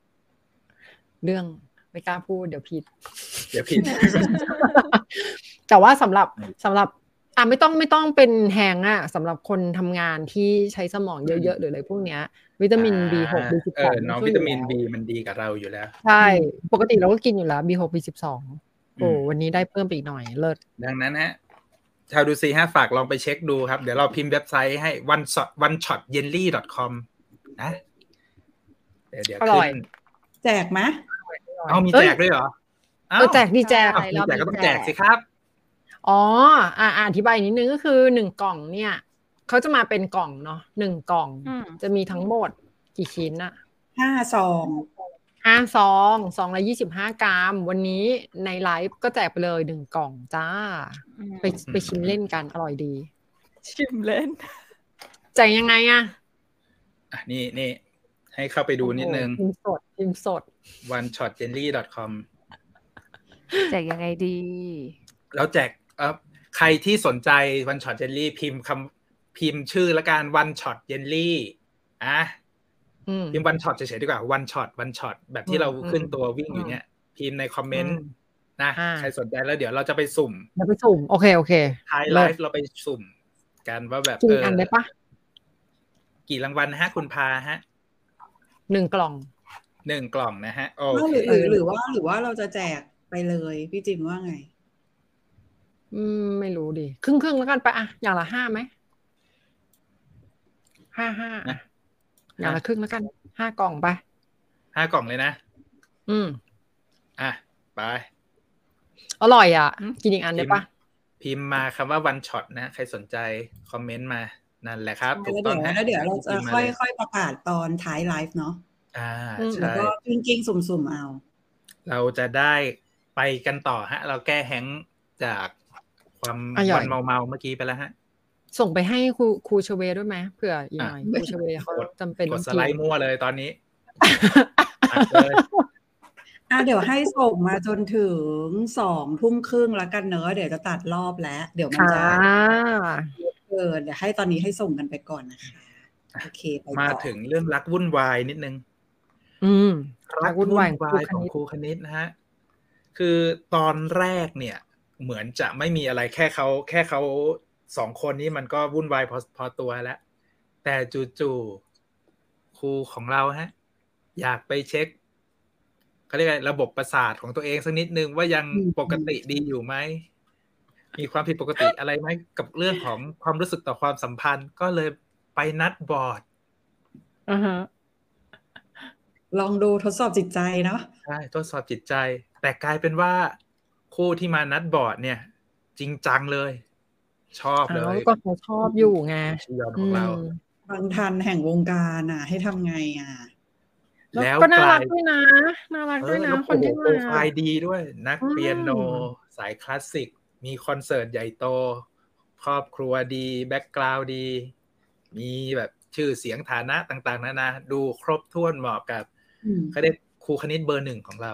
ไม่กล้าพูดเดี๋ยวผิด แต่ว่าสำหรับไม่ต้องเป็นแฮงสำหรับคนทำงานที่ใช้สมองเยอะๆหรืออะไรพวกเนี้ยวิตามิน B6 B12 น้องวิตามิน B มันดีกับเราอยู่แล้วใช่ปกติเราก็กินอยู่แล้ว B6 B12 โอ้วันนี้ได้เพิ่มไปอีกหน่อยเลิศดังนั้นฮะชาวดูซีฝากลองไปเช็คดูครับเดี๋ยวเราพิมพ์เว็บไซต์ให้ oneshotyenly.com นะเดี๋ยวขึ้นแจกไหมมีแจกด้วยเหรอแจกดีแจกอะไรเราแจกก็ต้องแจกสิครับอธิบายนิดนึงก็คือ1กล่องเนี่ยเขาจะมาเป็นกล่องเนาะ1กล่องจะมีทั้งหมดกี่ชิ้นอะ 5 ซองละ25 กรัมวันนี้ในไลฟ์ก็แจกไปเลย1กล่องจ้าไปชิมเล่นกันอร่อยดีชิมเล่นแจกยังไงอะนี่ให้เข้าไปดูนิดนึงพิมพ์สด oneshotyenly.com แจกยังไงดีแล้วแจกใครที่สนใจ one shot jelly พิมพ์ชื่อละกัน one shot jelly พิมพ์ one shot เฉยๆดีกว่า one shot แบบที่เราขึ้นตัววิ่งอยู่เนี่ยพิมพ์ในคอมเมนต์นะใครสนใจแล้วเดี๋ยวเราจะไปสุ่มโอเคท้ายไลฟ์เราไปสุ่มกันว่าแบบกินอันได้ปะกี่รางวัลฮะคุณพาฮะ 1 กล่องนะฮะหรือว่าเราจะแจกไปเลยพี่จิมว่าไงไม่รู้ดิครึ่งแล้วกันไปอย่างละ5ไหม5อย่างละครึ่งแล้วกัน5 กล่องไป 5 กล่องเลยนะไปอร่อยกินอีกอันได้ปะพิมพ์มาคำว่า one shot นะใครสนใจคอมเมนต์มานั่นแหละครับถูกต้องแล้วเดี๋ยวเราจะค่อยประกาศตอนท้ายไลฟ์เนาะใช่แล้วก็จริงๆสุ่มๆเอาเราจะได้ไปกันต่อฮะเราแก้แฮงจากความวันเมาเมื่อกี้ไปแล้วฮะส่งไปให้ครูชเวด้วยไหมเผื่ออีกหน่อยครูชเวเขาจำเป็นกดสไลด์มั่วเลยตอนนี้เดี๋ยวให้ส่งมาจนถึง 20:30 แล้วกันเนอะเดี๋ยวจะตัดรอบแล้วเดี๋ยวมันจะเดี๋ยวให้ตอนนี้ให้ส่งกันไปก่อนนะคะโอเคไปมาถึงเรื่องรักวุ่นวายนิดนึงรักวุ่นวายของครูคณิตนะฮะคือตอนแรกเนี่ยเหมือนจะไม่มีอะไรแค่เขา2 คนนี้มันก็วุ่นวายพอตัวแล้วแต่จู่ๆครูของเราฮะอยากไปเช็คเขาเรียกระบบประสาทของตัวเองสักนิดนึงว่ายังปกติดีอยู่ไหมมีความผิดปกติอะไรไหมกับเรื่องของความรู้สึกต่อความสัมพันธ์ก็เลยไปนัดบอร์ดลองดูทดสอบจิตใจเนาะใช่ทดสอบจิตใจแต่กลายเป็นว่าคู่ที่มานัดบอร์ดเนี่ยจริงจังเลยชอบเลยก็เขาชอบอยู่ไงยอดของเราบางทันแห่งวงการให้ทำไงแล้วก็น่ารักด้วยนะคนที่มาโปรไฟล์ดีด้วยนักเปียโนสายคลาสสิกมีคอนเสิร์ตใหญ่โตครอบครัวดีแบ็คกราวด์ดีมีแบบชื่อเสียงฐานะต่างๆนานาดูครบถ้วนเหมาะกับเขาได้ครูคณิตเบอร์ 1ของเรา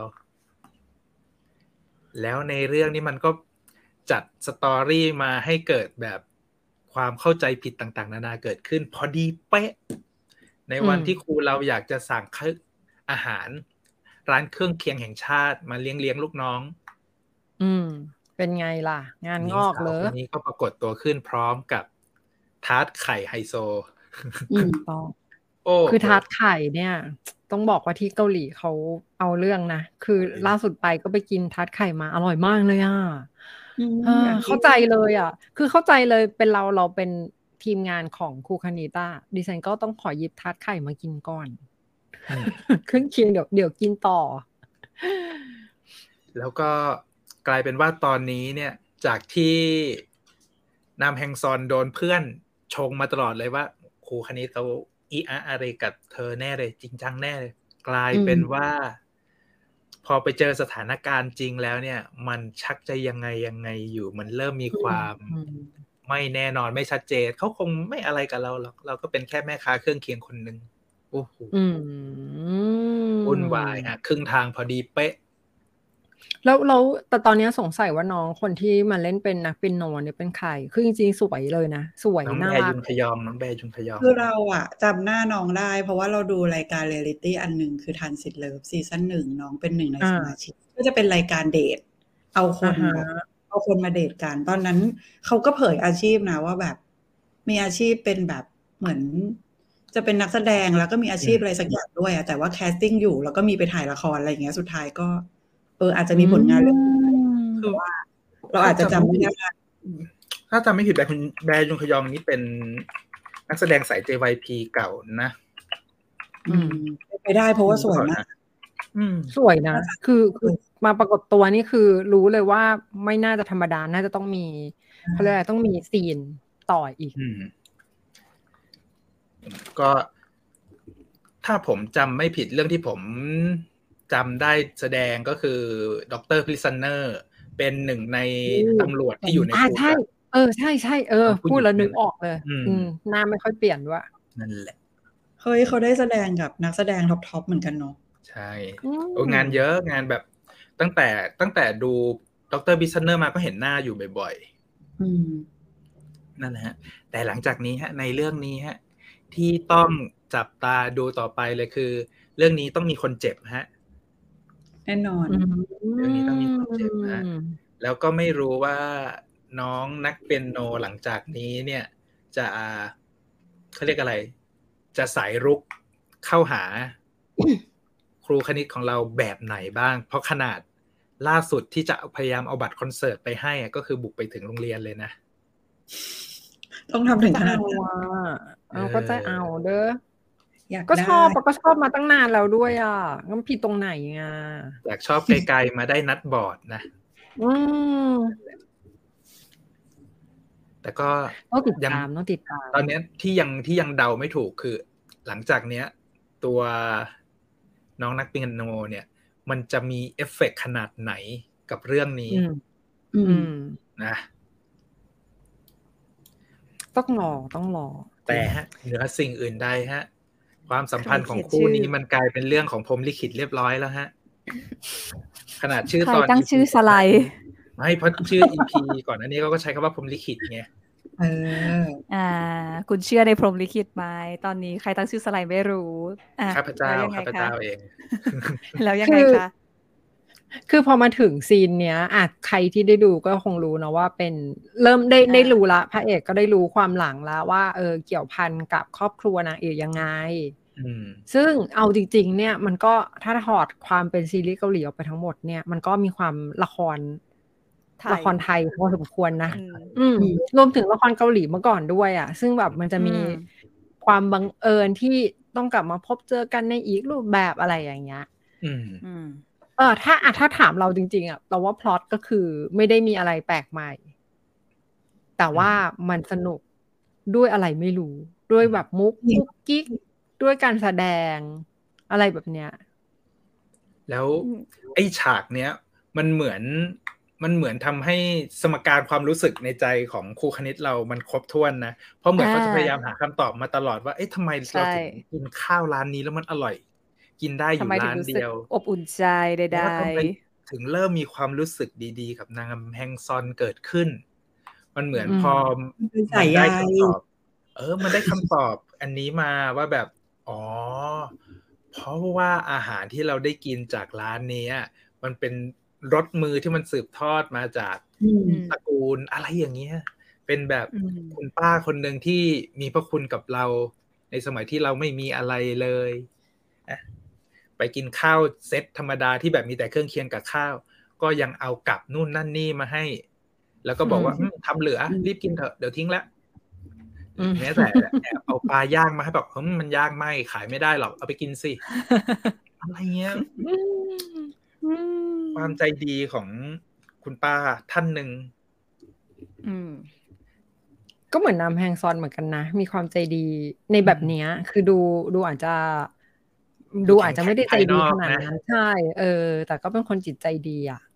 แล้วในเรื่องนี้มันก็จัดสตอรี่มาให้เกิดแบบความเข้าใจผิดต่างๆนานาเกิดขึ้นพอดีเป๊ะในวันที่ครูเราอยากจะสั่งอาหารร้านเครื่องเคียงแห่งชาติมาเลี้ยงลูกน้องเป็นไงล่ะงานงอกเลยวันนี้ก็ปรากฏตัวขึ้นพร้อมกับทาร์ตไข่ไฮโซคือทาร์ตไข่เนี่ยต้องบอกว่าที่เกาหลีเขาเอาเรื่องนะคือล่าสุดไปก็ไปกินทาร์ตไข่มาอร่อยมากเลยเข้าใจเลยคือเข้าใจเลยเป็นเราเป็นทีมงานของครูคณิตดิฉันก็ต้องขอหยิบทาร์ตไข่มากินก่อนเครื่องเคียงเดี๋ยวกินต่อแล้วก็กลายเป็นว่าตอนนี้เนี่ยจากที่นามแฮงซอนโดนเพื่อนชงมาตลอดเลยว่าครูคณิตเขาอะไรกับเธอแน่เลยจริงจังแน่เลยกลายเป็นว่าพอไปเจอสถานการณ์จริงแล้วเนี่ยมันชักจะยังไงอยู่มันเริ่มมีความไม่แน่นอนไม่ชัดเจนเขาคงไม่อะไรกับเราหรอกเราก็เป็นแค่แม่ค้าเครื่องเคียงคนนึงโอ้โหวุ่นวายครึ่งทางพอดีเป๊ะแล้วแต่ตอนนี้สงสัยว่าน้องคนที่มาเล่นเป็นนักเปียโนเนี่ยเป็นใครคือจริงๆสวยเลยนะสวยน่ารักน้องแบยุนขยองคือเราจำหน้าน้องได้เพราะว่าเราดูรายการเรียลลิตี้อันนึงคือทันสิทธิ์เลิฟซีซั่น 1น้องเป็น1ในสมาชิกก็จะเป็นรายการเดทเอาคนมาเดทกันตอนนั้นเขาก็เผยอาชีพนะว่าแบบมีอาชีพเป็นแบบเหมือนจะเป็นนักแสดงแล้วก็มีอาชีพอะไรสักอย่างด้วยแต่ว่าแคสติ้งอยู่แล้วก็มีไปถ่ายละครอะไรอย่างเงี้ยสุดท้ายก็อาจจะมีผลงานเรื่องคือว่าเราอาจจะจำไม่ได้ถ้าจำไม่ผิดแบร์ยุงขยองนี่เป็นนักแสดงสาย JYP เก่านะไปได้เพราะว่าสวยมากสวยนะคือมาปรากฏตัวนี่คือรู้เลยว่าไม่น่าจะธรรมดาน่าจะต้องมีเขาเรียกอะไรต้องมีซีนต่ออีกก็ถ้าผมจำไม่ผิดเรื่องที่ผมจำได้แสดงก็คือดร. Prisoner เป็นหนึ่งในตำรวจที่อยู่ในคุกใช่ใช่พูดแล้วนึกออกเลยหน้าไม่ค่อยเปลี่ยนด้วยนั่นแหละเฮ้ยเขาได้แสดงกับนักแสดงท็อปเหมือนกันเนาะใช่งานเยอะงานแบบตั้งแต่ดูดร. Prisoner มาก็เห็นหน้าอยู่บ่อยๆนั่นแหละฮะแต่หลังจากนี้ฮะในเรื่องนี้ฮะที่ต้องจับตาดูต่อไปเลยคือเรื่องนี้ต้องมีคนเจ็บฮะแน่นอนเรื่องนี้ต้องมีคนเจ็บนะแล้วก็ไม่รู้ว่าน้องนักเปียโนหลังจากนี้เนี่ยจะเขาเรียกอะไรจะสายรุกเข้าหา ครูคณิตของเราแบบไหนบ้างเพราะขนาดล่าสุดที่จะพยายามเอาบัตรคอนเสิร์ตไปให้ก็คือบุกไปถึงโรงเรียนเลยนะต้องทำถึงขนาดนั้นก็จะเอาเด้อก็ชอบมาตั้งนานแล้วด้วยก็ผิดตรงไหนอยากชอบไกลๆมาได้นัดบอร์ดนะแต่ก็ต้องติดตามตอนนี้ที่ยังเดาไม่ถูกคือหลังจากเนี้ยตัวน้องนักเปียโนเนี่ยมันจะมีเอฟเฟกต์ขนาดไหนกับเรื่องนี้นะต้องรอแต่เหนือสิ่งอื่นใดฮะความสัมพันธ์ของคู่นี้มันกลายเป็นเรื่องของพรหมลิขิตเรียบร้อยแล้วฮะขนาดชื่อตอนตั้งชื่อสไลด์ไม่เพราะชื่อ EP ก่อนอันนี้เขาก็ใช้คำว่าพรหมลิขิตไงคุณเชื่อในพรหมลิขิตไหมตอนนี้ใครตั้งชื่อสไลด์ไม่รู้ข้าพเจ้าเองแล้วยังไงคะคือพอมาถึงซีนเนี้ยใครที่ได้ดูก็คงรู้นะว่าเป็นเริ่มได้รู้ละพระเอกก็ได้รู้ความหลังแล้วว่าเกี่ยวพันกับครอบครัวนางเอกยังไงซึ่งเอาจริงๆเนี่ยมันก็ถ้าถอดความเป็นซีรีส์เกาหลีออกไปทั้งหมดเนี่ยมันก็มีความละครไทยพอสมควรนะรวมถึงละครเกาหลีเมื่อก่อนด้วยซึ่งแบบมันจะมีความบังเอิญที่ต้องกลับมาพบเจอกันในอีกรูปแบบอะไรอย่างเงี้ยถ้าถามเราจริงๆเราว่าพล็อตก็คือไม่ได้มีอะไรแปลกใหม่แต่ว่ามันสนุกด้วยอะไรไม่รู้ด้วยแบบมุกกิ๊กด้วยการแสดงอะไรแบบเนี้ยแล้วไอ้ฉากเนี้ยมันเหมือนทำให้สมการความรู้สึกในใจของครูคณิตเรามันครบถ้วนนะเพราะเหมือนเขาจะพยายามหาคำตอบมาตลอดว่าทำไมเราถึงกินข้าวร้านนี้แล้วมันอร่อยกินได้อยู่ร้านเดียวอบอุ่นใจได้ถึงเริ่มมีความรู้สึกดีๆกับนางแฮงซอนเกิดขึ้นมันเหมือนพอมันได้คำตอบมันได้คำตอบอันนี้มาว่าแบบเพราะว่าอาหารที่เราได้กินจากร้านนี้มันเป็นรสมือที่มันสืบทอดมาจากตระกูลอะไรอย่างเงี้ยเป็นแบบคุณป้าคนหนึ่งที่มีพระคุณกับเราในสมัยที่เราไม่มีอะไรเลยไปกินข้าวเซตธรรมดาที่แบบมีแต่เครื่องเคียงกับข้าวก็ยังเอากลับนู่นนั่นนี่มาให้แล้วก็บอกว่าทำเหลือรีบกินเถอะเดี๋ยวทิ้งแล้วแม้แต่แอบเอาปลาย่างมาให้แบบมันย่างไม่ขายไม่ได้หรอกเอาไปกินสิอะไรเงี้ยความใจดีของคุณป้าท่านหนึ่งก็เหมือนนำแฮงซอนเหมือนกันนะมีความใจดีในแบบเนี้ยคือดูอาจจะไม่ได้ใจดีขนาดนั้นใช่แต่ก็เป็นคนจิตใจดี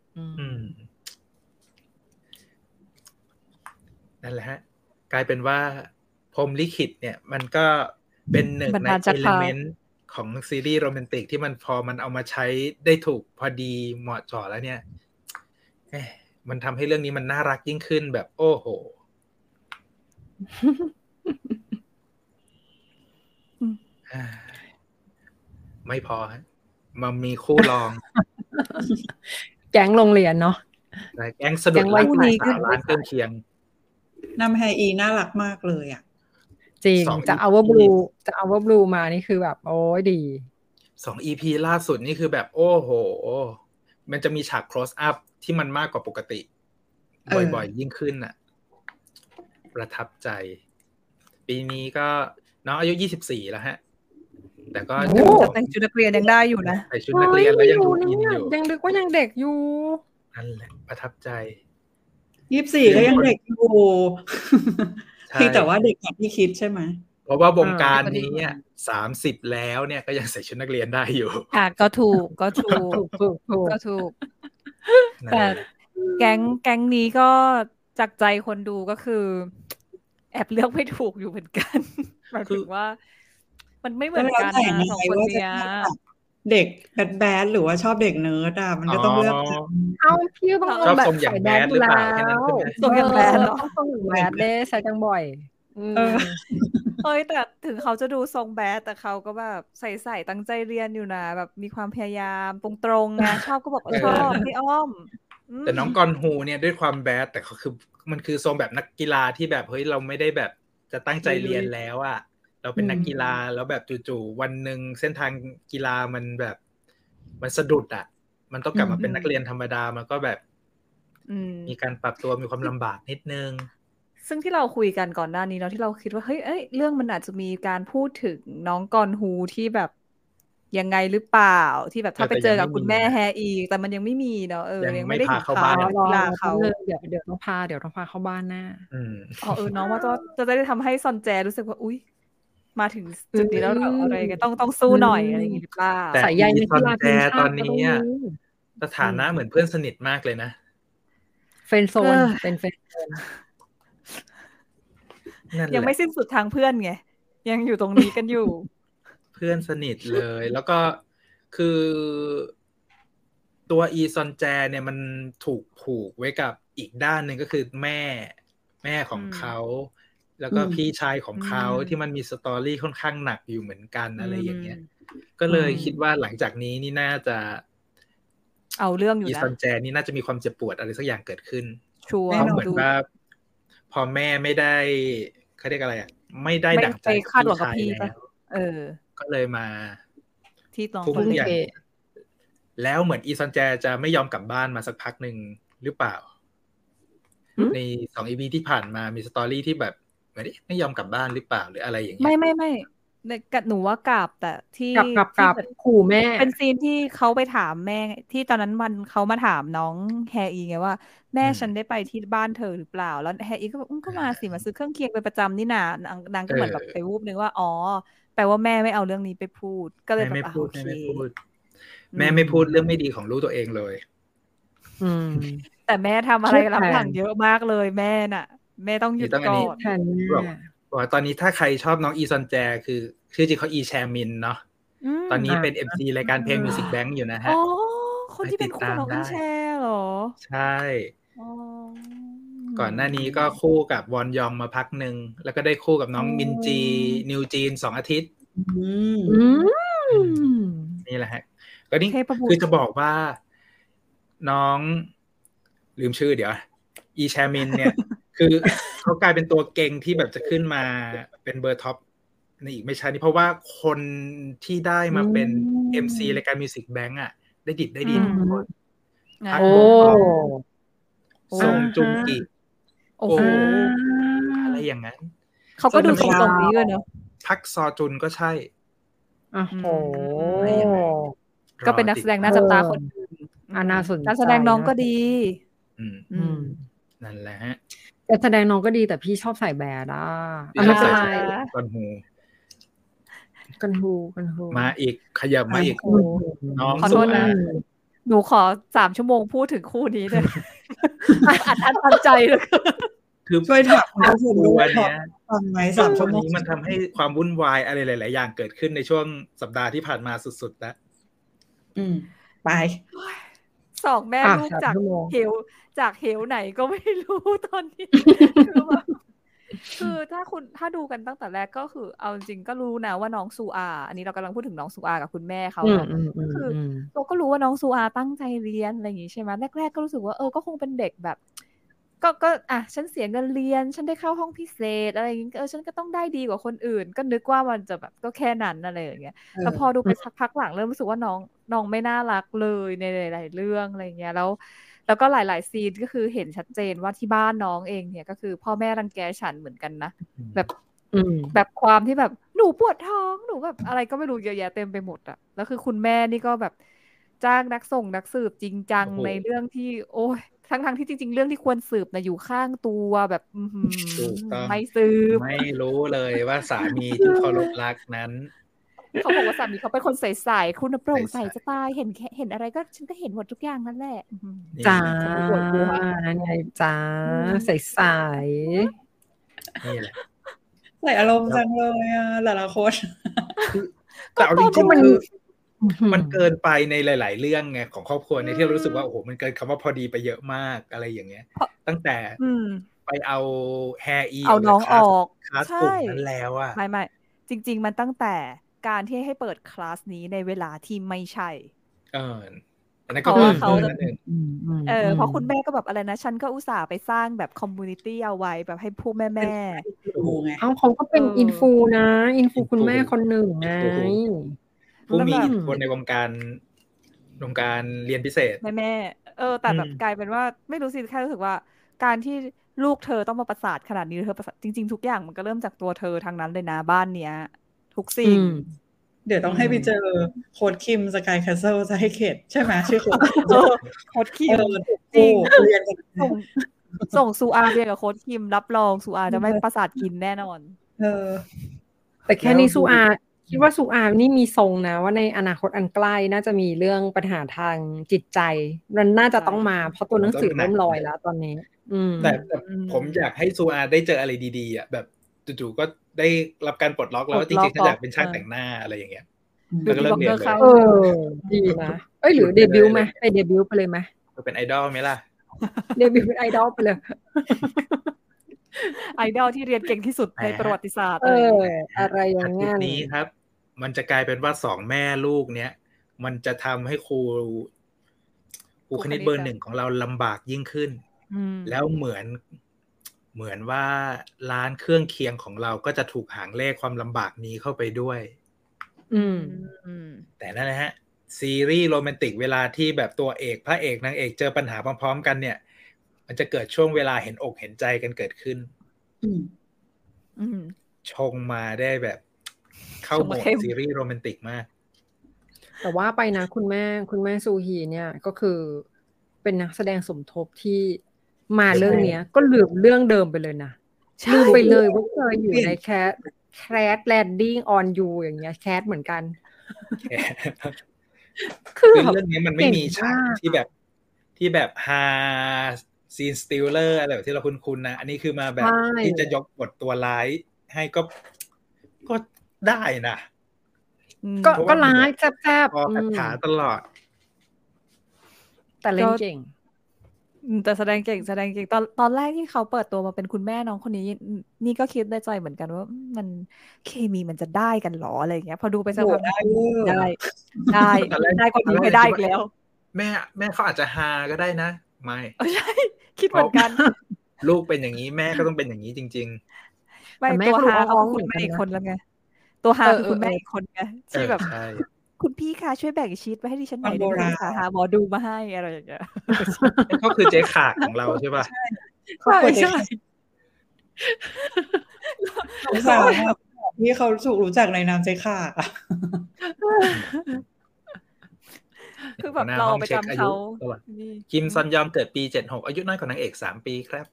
นั่นแหละฮะกลายเป็นว่าพรหมลิขิตเนี่ยมันก็เป็นหนึ่งในเอลิเมนต์ของซีรีส์โรแมนติกที่มันพอมันเอามาใช้ได้ถูกพอดีเหมาะเจาะแล้วเนี่ยมันทำให้เรื่องนี้มันน่ารักยิ่งขึ้นแบบโอ้โหไม่พอฮะมันมีคู่รองแก๊งโรงเรียนเนาะแก๊งสะดุดรักสาวร้านเครื่องเคียงนำแฮอีน่ารักมากเลยจริงจะ Our Blue มานี่คือแบบโอ้ยดี 2 EP ล่าสุดนี่คือแบบโอ้โหมันจะมีฉาก close up ที่มันมากกว่าปกติบ่อยๆยิ่งขึ้นน่ะประทับใจปีนี้ก็น้องอายุ24แล้วฮะแต่ก็แต่งชุดนักเรียนยังได้อยู่นะใส่ชุดนักเรียนแล้วยังดูอินอยู่ยังนึกว่ายังเด็กอยู่นั่นแหละประทับใจ 24ก็ยังเด็กอยู่แต่ว่าเด็กกว่าที่คิดใช่ไหมเพราะว่าวงการนี้เนี่ย30แล้วเนี่ยก็ยังใส่ชุดนักเรียนได้อยู่ก็ถูกแต่แก๊งนี้ก็จากใจคนดูก็คือแอบเลือกไม่ถูกอยู่เหมือนกันหมายถึงว่ามันไม่เหมือนกันนะ2คนเนี้ยเด็กแบดหรือว่าชอบเด็กเนิร์ดมันก็ต้องเลือกเอาพี่ต้องชอบทรงอย่างแบดหรือเปล่าแค่นั้นทรงอย่างแบดเนาะทรงอย่างแบดเด้ใช้จังบ่อยเฮ้ยแต่ถึงเขาจะดูทรงแบดแต่เขาก็แบบใส่ตั้งใจเรียนอยู่นะแบบมีความพยายามตรงๆไงชอบก็บอกชอบพี่อ้อมแต่น้องกอนฮูเนี่ยด้วยความแบดแต่เขาคือมันคือทรงแบบนักกีฬาที่แบบเฮ้ยเราไม่ได้แบบจะตั้งใจเรียนแล้วอ่ะเราเป็นนักกีฬาแล้วแบบจู่ๆวันนึงเส้นทางกีฬามันแบบมันสะดุดอ่ะมันต้องกลับมาเป็นนักเรียนธรรมดามันก็แบบมีการปรับตัวมีความลำบากนิดนึงซึ่งที่เราคุยกันก่อนหน้านี้เนาะที่เราคิดว่าเฮ้ยเรื่องมันอาจจะมีการพูดถึงน้องกอนฮูที่แบบยังไงหรือเปล่าที่แบบถ้าไปเจอกับคุณแม่แฮอีกแต่มันยังไม่มีเนาะยังไม่ได้พาเข้าบ้านกีฬาเขาเดี๋ยวต้องพาเข้าบ้านหน้าน้องว่าจะได้ทำให้ซอนแจรู้สึกว่าอุ๊ยมาถึงจุดนี้แล้วอะไรกันต้องสู้หน่อยอะไรอย่างงี้หรือเปล่าแต่ใยในกีฬาทีมชาติตอนนี้สถานะเหมือนเพื่อนสนิทมากเลยนะเฟรนด์โซนเป็นเฟรนด์โซนยังไม่สิ้นสุดทางเพื่อนไงยังอยู่ตรงนี้กันอยู่เพื่อนสนิทเลยแล้วก็คือตัวอีซอนแจเนี่ยมันถูกผูกไว้กับอีกด้านหนึ่งก็คือแม่ของเขาแล้วก็พี่ชายของเขาที่มันมีสตอรี่ค่อนข้างหนักอยู่เหมือนกันอะไรอย่างเงี้ยก็เลยคิดว่าหลังจากนี้นี่น่าจะเอาเรื่องอยู่นะอีซอนแจนี่น่าจะมีความเจ็บปวดอะไรสักอย่างเกิดขึ้นชัวร์เหมือนว่าพอแม่ไม่ได้เขาเรียกอะไรไม่ได้ดั่งใจคาดหวังกับพี่แล้วก็เลยมาที่ตองทุกอย่างแล้วเหมือนอีซอนแจจะไม่ยอมกลับบ้านมาสักพักนึงหรือเปล่าใน2 EP ที่ผ่านมามีสตอรี่ที่แบบไม่ยอมกลับบ้านหรือเปล่าหรืออะไรอย่างเงี้ยไม่หนูว่ากลับแต่ที่กลับขู่แม่เป็นซีนที่เขาไปถามแม่ที่ตอนนั้นวันเขามาถามน้องแฮอีไงว่าแม่ฉันได้ไปที่บ้านเธอหรือเปล่าแล้วแฮอีก็บอกก็มาสิมาซื้อเครื่องเคียงเป็นประจำนี่นานางก็เหมือนแบบไปวูบนึงว่าอ๋อแปลว่าแม่ไม่เอาเรื่องนี้ไปพูดก็เลยแบบโอเคแม่ไม่พูดเรื่องไม่ดีของลูกตัวเองเลยแต่แม่ทำอะไรรับหลังเยอะมากเลยแม่น่ะแม่ต้องหยุดก่อนบอกตอนนี้ถ้าใครชอบน้องอีซอนแจคือชื่อจริงเขาอีแชมินเนาะตอนนี้เป็น MC รายการเพลง Music Bank อยู่นะฮะอ๋อคนที่เป็นคู่น้องอีแชเหรอใช่ก่อนหน้านี้ก็คู่กับวอนยองมาพักนึงแล้วก็ได้คู่กับน้องมินจีนิวจีน2 อาทิตย์นี่แหละฮะก็นี่คือจะบอกว่าน้องลืมชื่อเดี๋ยวอีแชมินเนี่ยคือเขากลายเป็นตัวเก่งที่แบบจะขึ้นมาเป็นเบอร์ท็อปในอีกไม่ช้านี้เพราะว่าคนที่ได้มาเป็น MC รายการ Music Bank อ่ะได้ดีทุกคนพักบงกซงจุงกิโอ้อะไรอย่างนั้นเขาก็ดูตรงนี้ด้วยเนอะพักซอจุนก็ใช่โอ้โหก็เป็นนักแสดงน่าจับตาคนน่าสนใจการแสดงน้องก็ดีนั่นแหละฮะการแสดงน้องก็ดีแต่พี่ชอบใส่แบดไม่ใส่กอนฮูมาอีกขยับมาอีกน้องขอโทษนะหนูขอ3 ชั่วโมงพูดถึงคู่นี้เลยอัดใจเลยคือช่วยถามวันนี้ฟังไหม3 ชั่วโมงนี้มันทำให้ความวุ่นวายอะไรหลายๆอย่างเกิดขึ้นในช่วงสัปดาห์ที่ผ่านมาสุดๆแล้วไป 2 แม่ลูกจากเหวไหนก็ไม่รู้ตอนนี้คือถ้าดูกันตั้งแต่แรกก็คือเอาจริงก็รู้นะว่าน้องซูอาอันนี้เรากำลังพูดถึงน้องซูอากับคุณแม่เขาคือเราก็รู้ว่าน้องซูอาตั้งใจเรียนอะไรอย่างงี้ใช่ไหมแรกๆก็รู้สึกว่าก็คงเป็นเด็กแบบก็ฉันเสียเงินเรียนฉันได้เข้าห้องพิเศษอะไรอย่างเงี้ยฉันก็ต้องได้ดีกว่าคนอื่นก็นึกว่ามันจะแบบก็แค่นั้นอะไรอย่างเงี้ยแต่พอดูไปสักพักหลังเริ่มรู้สึกว่าน้องไม่น่ารักเลยในหลายๆเรื่องอะไรอย่างเงี้ยแล้วก็หลายๆซีนก็คือเห็นชัดเจนว่าที่บ้านน้องเองเนี่ยก็คือพ่อแม่รังแกฉันเหมือนกันนะแบบความที่แบบหนูปวดท้องหนูแบบอะไรก็ไม่รู้เยอะแยะเต็มไปหมดอะแล้วคือคุณแม่นี่ก็แบบจ้างนักสืบจริงจังในเรื่องที่โอ้ยทั้งที่จริงๆเรื่องที่ควรสืบนะอยู่ข้างตัวแบบไม่สืบไม่รู้เลยว่าสามีที่เคารพรักนั้นเขาบอกว่าสามีเขาเป็นคนใสๆคุณโปร่งใสจะตายเห็นอะไรก็ฉันก็เห็นหมดทุกอย่างนั่นแหละจ้านั่นไงจ้าใสๆนี่แหละใส่อารมณ์จังเลยอ่ะแต่ละคนแต่เอาจริงๆคือมันเกินไปในหลายๆเรื่องไงของครอบครัวในที่เรารู้สึกว่าโอ้โหมันเกินคำว่าพอดีไปเยอะมากอะไรอย่างเงี้ยตั้งแต่ไปเอาแฮร์อีเอาน้องออกคลาสกลุ่มนั้นแล้วอ่ะไม่จริงๆมันตั้งแต่การที่ให้เปิดคลาสนี้ในเวลาที่ไม่ใช่อันนั้นก็เพราะว่าเขาเพราะคุณแม่ก็แบบอะไรนะฉันก็อุตส่าห์ไปสร้างแบบคอมมูนิตี้เอาไว้แบบให้พวกแม่เขาก็เป็นอินฟูนะอินฟูคุณแม่คนหนึ่งไงผู้มีอิทธิพลในวงการเรียนพิเศษแม่แต่แบบกลายเป็นว่าไม่รู้สิแค่รู้สึกว่าการที่ลูกเธอต้องมาประสาทขนาดนี้เธอประสาทจริงๆทุกอย่างมันก็เริ่มจากตัวเธอทางนั้นเลยนะบ้านเนี้ยทุกสิ่งเดี๋ยวต้องให้ไปเจอโค้ดคิมสกายแคสเซิลจะให้เข็ดใช่ไหมชื่อโค้ดคิมจริงเรียนส่งซูอาเรียนกับโค้ดคิมรับรองซูอาจะไม่ประสาทกินแน่นอนแต่แค่นี้ซูอาคิดว่าซูอานี่มีทรงนะว่าในอนาคตอันใกล้น่าจะมีเรื่องปัญหาทางจิตใจมันน่าจะต้องมาเพราะตัวหนังสือเริ่มลอยแล้วตอนนี้แต่ผมอยากให้ซูอาได้เจออะไรดีๆอ่ะแบบจู่ๆก็ได้รับการปลดล็อกแล้วจริงๆถ้าอยากเป็นช่างแต่งหน้าอะไรอย่างเงี้ยก็เริ่มเรียนเลยดีนะหรือเดบิวต์ไหมไปเดบิวต์ไปเลยไหมเป็นไอดอลไหมล่ะเดบิวต์เป็นไอดอลไปเลยไอดอลที่เรียนเก่งที่สุดในประวัติศาสตร์อะไรอย่างงั้นนี้ครับมันจะกลายเป็นว่าสองแม่ลูกเนี้ยมันจะทำให้ครูคณิตเบอร์ 1ของเราลำบากยิ่งขึ้นแล้วเหมือนว่าร้านเครื่องเคียงของเราก็จะถูกหางเลขความลำบากนี้เข้าไปด้วยแต่นั่นนะฮะซีรีส์โรแมนติกเวลาที่แบบตัวเอกพระเอกนางเอกเจอปัญหาพร้อมๆกันเนี่ยมันจะเกิดช่วงเวลาเห็นอกเห็นใจกันเกิดขึ้นชงมาได้แบบเข้าโหมดซีรีส์โรแมนติกมากแต่ว่าไปนะคุณแม่ซูฮีเนี่ยก็คือเป็นนักแสดงสมทบที่มาเรื่องนี้ก็ลืมเรื่องเดิมไปเลยนะลืมไปเลยว่าเคยอยู่ในแคสแลนดิ้งออนยูอย่างเงี้ยแคสเหมือนกันคือเรื่องนี้มันไม่มีฉากที่แบบฮาซีนสติลเลอร์อะไรแบบที่เราคุ้นๆนะอันนี้คือมาแบบที่จะยกบทตัวร้ายให้ก็ได้นะก็ร้ายแซ่บๆขาตลอดแต่เล่นเก่งแต่แสดงเก่งตอนแรกที่เขาเปิดตัวมาเป็นคุณแม่น้องคนนี้นี่ก็คิดในใจเหมือนกันว่ามันเคมีมันจะได้กันหรออะไรอย่างเงี้ยพอดูไปสักพักได้กว่านี้ไม่ได้อีกแล้วแม่เขาอาจจะฮาก็ได้นะไม่ใช่คิดเหมือนกันลูกเป็นอย่างนี้แม่ก็ต้องเป็นอย่างนี้จริงๆไม่ตัวฮาเขาคุณแม่อีกคนแล้วไงตัวฮาคือคุณแม่อีกคนไงที่แบบคุณพี่คะช่วยแบ่งชีทไว้ให้ดิฉันหน่อยได้ไหมคะหาหมอดูมาให้อะไรอย่างเงี้ยเขาคือเจ๊ขากของเราใช่ป่ะใช่สงสารที่เขาถูกรู้จักในนามเจ๊ขากคือแบบเราไปจำเขาคิมซอนยอมเกิดปี76อายุน้อยกว่านางเอก3 ปีครับ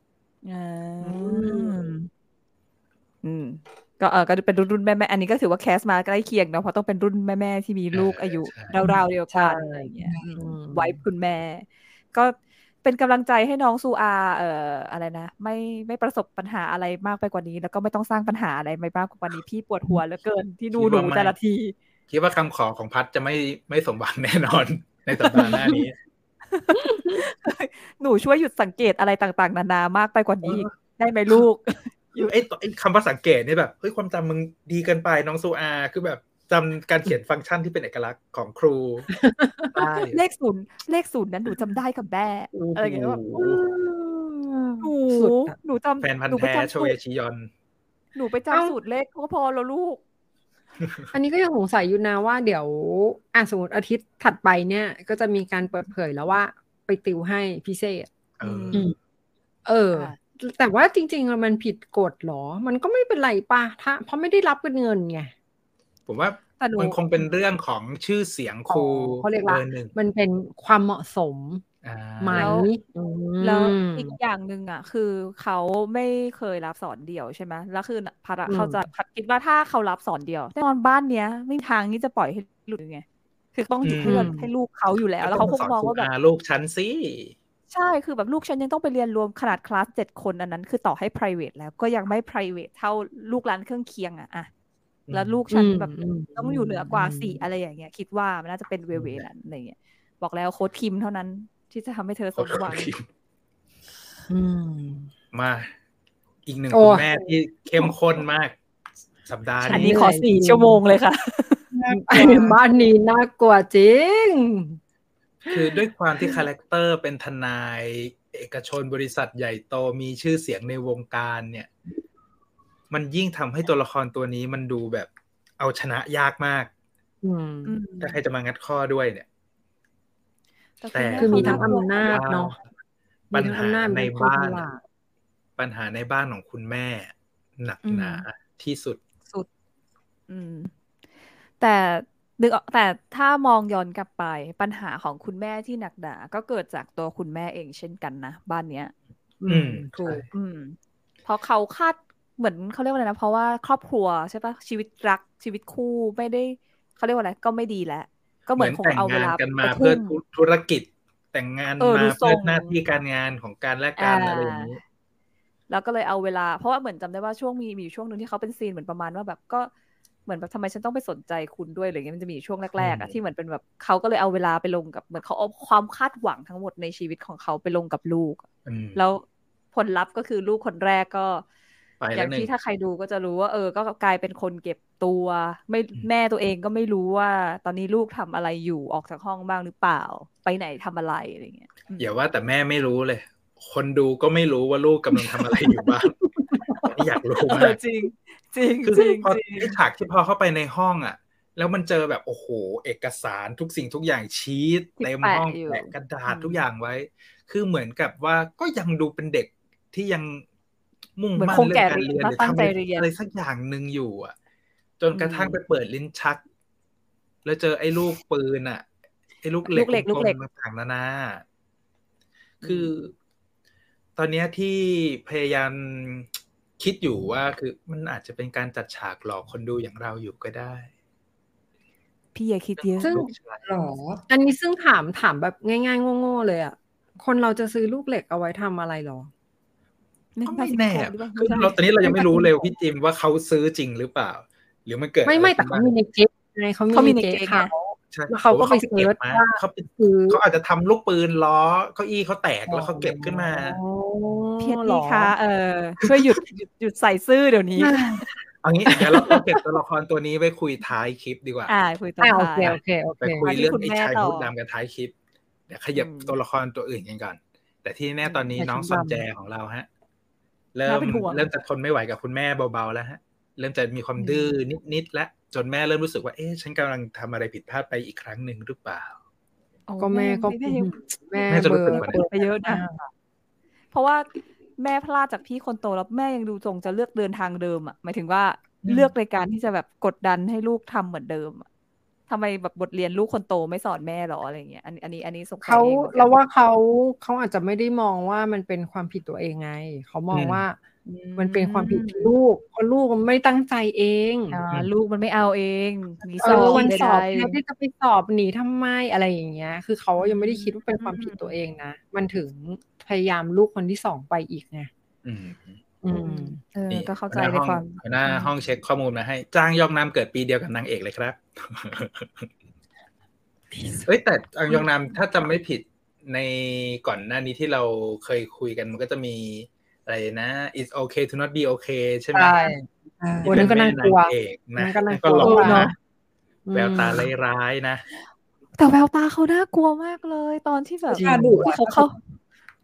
ก็เป็นรุ่นแม่อันนี้ก็ถือว่าแคสมาใกล้เคียงเนาะเพราะต้องเป็นรุ่นแม่ที่มีลูกอายุราวๆเดียวกันอะไรอย่างเงี้ยไว้คุณแม่ก็เป็นกำลังใจให้น้องซูอาอะไรนะไม่ประสบปัญหาอะไรมากไปกว่านี้แล้วก็ไม่ต้องสร้างปัญหาอะไรไปมากกว่านี้พี่ปวดหัวเหลือเกินที่ดูหนูแต่ละทีคิดว่าคำขอของพัดจะไม่สมหวังแน่นอนในสัปดาห์หน้านี้หนูช่วยหยุดสังเกตอะไรต่างๆนานามากไปกว่านี้ได้ไหมลูกไอ้คำว่าสังเกตนี่แบบเฮ้ยความจำมึงดีเกินไปน้องซูอาคือแบบจำการเขียนฟังก์ชันที่เป็นเอกลักษณ์ของครูเลขศูนย์นั้นหนูจำได้กับแม่อะไรอย่างเงี้ยแบบสุดอะหนูจำแฟนพันหนูธุ์ไปแท้จำโชสูเยตรชิยอนหนูไปเอ้าจำสูตรเลขก็พอแล้วลูกอันนี้ก็ยังสงสัยอยู่นะว่าเดี๋ยวสมมติอาทิตย์ถัดไปเนี่ย ก็จะมีการเปิดเผยแล้วว่าไปติวให้พิเศษเอออืมค่ะ แต่ว่าจริงๆมันผิดกฎหรอ มันก็ไม่เป็นไรป่ะเพราะไม่ได้รับเงินไงผมว่าแต่หนูมันคงเป็นเรื่องของชื่อเสียงครูเขาเรียกเบว่าอร์หนึ่งมันเป็นความเหมาะสมอ่าไหมแล้วอีกอย่างหนึ่งอ่ะ คือเขาไม่เคยรับสอนเดี่ยวใช่ไหมแล้วคือพัดอะเขาจะพัดคิดว่าถ้าเขารับสอนเดี่ยวแน่นอนบ้านเนี้ยไม่มีทางที่จะปล่อยให้หลุดไงคือต้องอยู่เพื่อนให้ลูกเขาอยู่แล้ว แล้วเขาคงมองว่าแบบลูกฉันสิใช่คือแบบลูกฉันยังต้องไปเรียนรวมขนาดคลาส7 คนอันนั้นคือต่อให้ private แล้วก็ยังไม่ private เท่าลูกร้านเครื่องเคียงอะแล้วลูกฉันแบบต้องอยู่เหนือกว่าสี่อะไรอย่างเงี้ยคิดว่ามันน่าจะเป็นเวนั้นอะไรเงี้ยบอกแล้วโค้ชคิมเท่านั้นที่จะทำให้เธอสมหวังมาอีกหนึ่งคุณแม่ที่เข้มข้นมาก สัปดาห์อันนี้นี้ขอ4 ชั่วโมงเลยค่ะบ้านนี้น่ากลัวจริงคือด้วยความที่คาแรคเตอร์เป็นทนายเอกชนบริษัทใหญ่โตมีชื่อเสียงในวงการเนี่ย มันยิ่งทำให้ตัวละครตัวนี้มันดูแบบเอาชนะยากมากถ้าใครจะมางัดข้อด้วยเนี่ย แต่คือมีทั้งอำนาจเนาะปัญหาในบ้านของคุณแม่หนักหนาที่สุดแต่ถ้ามองย้อนกลับไปปัญหาของคุณแม่ที่หนักหนาก็เกิดจากตัวคุณแม่เองเช่นกันนะบ้านเนี้ยถูกเพราะเขาคาดเหมือนเขาเรียกว่าอะไรนะเพราะว่าครอบครัวใช่ปะชีวิตรักชีวิตคู่ไม่ได้เขาเรียกว่าอะไรก็ไม่ดีแล้วก็เหมือนคงเอาเวลากันมาเพื่อธุรกิจแต่งงานมาเพื่อหน้าที่การงานของการและการอะไรอย่างนี้แล้วก็เลยเอาเวลาเพราะว่าเหมือนจำได้ว่าช่วงมีช่วงนึงที่เขาเป็นซีนเหมือนประมาณว่าแบบก็เหมือนแบบทำไมฉันต้องไปสนใจคุณด้วยอะไรเงี้ยมันจะมีช่วงแรกๆที่เหมือนเป็นแบบเขาก็เลยเอาเวลาไปลงกับเหมือนเขาเอาความคาดหวังทั้งหมดในชีวิตของเขาไปลงกับลูกแล้วผลลัพธ์ก็คือลูกคนแรกก็อย่างที่ถ้าใครดูก็จะรู้ว่าก็กลายเป็นคนเก็บตัวไม่แม่ตัวเองก็ไม่รู้ว่าตอนนี้ลูกทำอะไรอยู่ออกจากห้องบ้างหรือเปล่าไปไหนทำอะไรอะไรเงี้ยอย่าว่าแต่แม่ไม่รู้เลยคนดูก็ไม่รู้ว่าลูกกำลังทำอะไรอยู่บ้างนี่อยากรู้มากจริงจริงคือพอไอ้ฉากที่พอเข้าไปในห้องอ่ะแล้วมันเจอแบบโอ้โหเอกสารทุกสิ่งทุกอย่างชีทเต็มห้องแปะกระดาษทุกอย่างไว้คือเหมือนกับว่าก็ยังดูเป็นเด็กที่ยังมุ่งมั่นเรื่องการเรียนหรือทำอะไรสักอย่างนึงอยู่อ่ะจนกระทั่งไปเปิดลิ้นชักแล้วเจอไอ้ลูกปืนอ่ะไอ้ลูกเหล็กต่างๆนานาคือตอนนี้ที่พยายามคิดอยู่ว่าคือมันอาจจะเป็นการจัดฉากหลอกคนดูอย่างเราอยู่ก็ได้พี่อย่าคิดเยอะซึ่งหรออันนี้ซึ่งถามแบบง่ายๆโง่ๆเลยอ่ะคนเราจะซื้อลูกเหล็กเอาไว้ทำอะไรหรอก็ไม่แน่คือเราตอนนี้เรายังไม่รู้เลยพี่จิมว่าเขาซื้อจริงหรือเปล่าหรือมันเกิดไม่แต่เขามีในเก๊กไงเขามีในเก๊กแล้วเขาก็ไปเสิร์ชว่าเขาอาจจะทำลูกปืนล้อเก้าอี้เขาแตกแล้วเขาเก็บขึ้นมาเพียรนี่ค่ะช่วยหยุดใส่ซื่อเดี๋ยวนี้เอางี้เดี๋ยวเราเก็บตัวละครตัวนี้ไว้คุยท้ายคลิปดีกว่าคุยตอนท้ายโอเคไปคุยเรื่องไอ้ชายฮูดดำกันท้ายคลิปเดี๋ยวขยับตัวละครตัวอื่นกันก่อนแต่ที่แน่ตอนนี้น้องซอนแจของเราฮะเริ่มจะทนไม่ไหวกับคุณแม่เบาๆแล้วฮะเริ่มจะมีความดื้อนิดๆแล้วจนแม่เริ่มรู้สึกว่าฉันกำลังทำอะไรผิดพลาดไปอีกครั้งหนึ่งหรือเปล่าก็แม่จะรู้สึกไปเยอะนะเพราะว่าแม่พลาดจากพี่คนโตแล้วแม่ยังดูทรงจะเลือกเดินทางเดิมอ่ะหมายถึงว่าเลือกในการที่จะแบบกดดันให้ลูกทำเหมือนเดิมทำไมแบบบทเรียนลูกคนโตไม่สอนแม่หรออะไรเงี้ยอันนี้สงสัยเราว่าเขาอาจจะไม่ได้มองว่ามันเป็นความผิดตัวเองไงเขามองว่ามันเป็นความผิดลูกเพราะลูกมันไม่ตั้งใจเองลูกมันไม่เอาเองมีสอบวันสอบแทนที่จะไปสอบหนีทำไมอะไรอย่างเงี้ยคือเขายังไม่ได้คิดว่าเป็นความผิดตัวเองนะมันถึงพยายามลูกคนที่2ไปอีกไงก็เข้าใจในความหน้าห้องเช็คข้อมูลมาให้จ้างยองนามเกิดปีเดียวกับนางเอกเลยครับแต่จ้างยองนามถ้าจำไม่ผิดในก่อนหน้านี้ที่เราเคยคุยกันมันก็จะมีอะไรนะ it's okay to not be okay ใช่ไหมวันนั้นก็น่ากลัวนะก็หลอกนะแววตาร้ายๆนะแต่แววตาเขาน่ากลัวมากเลยตอนที่แบบที่เขา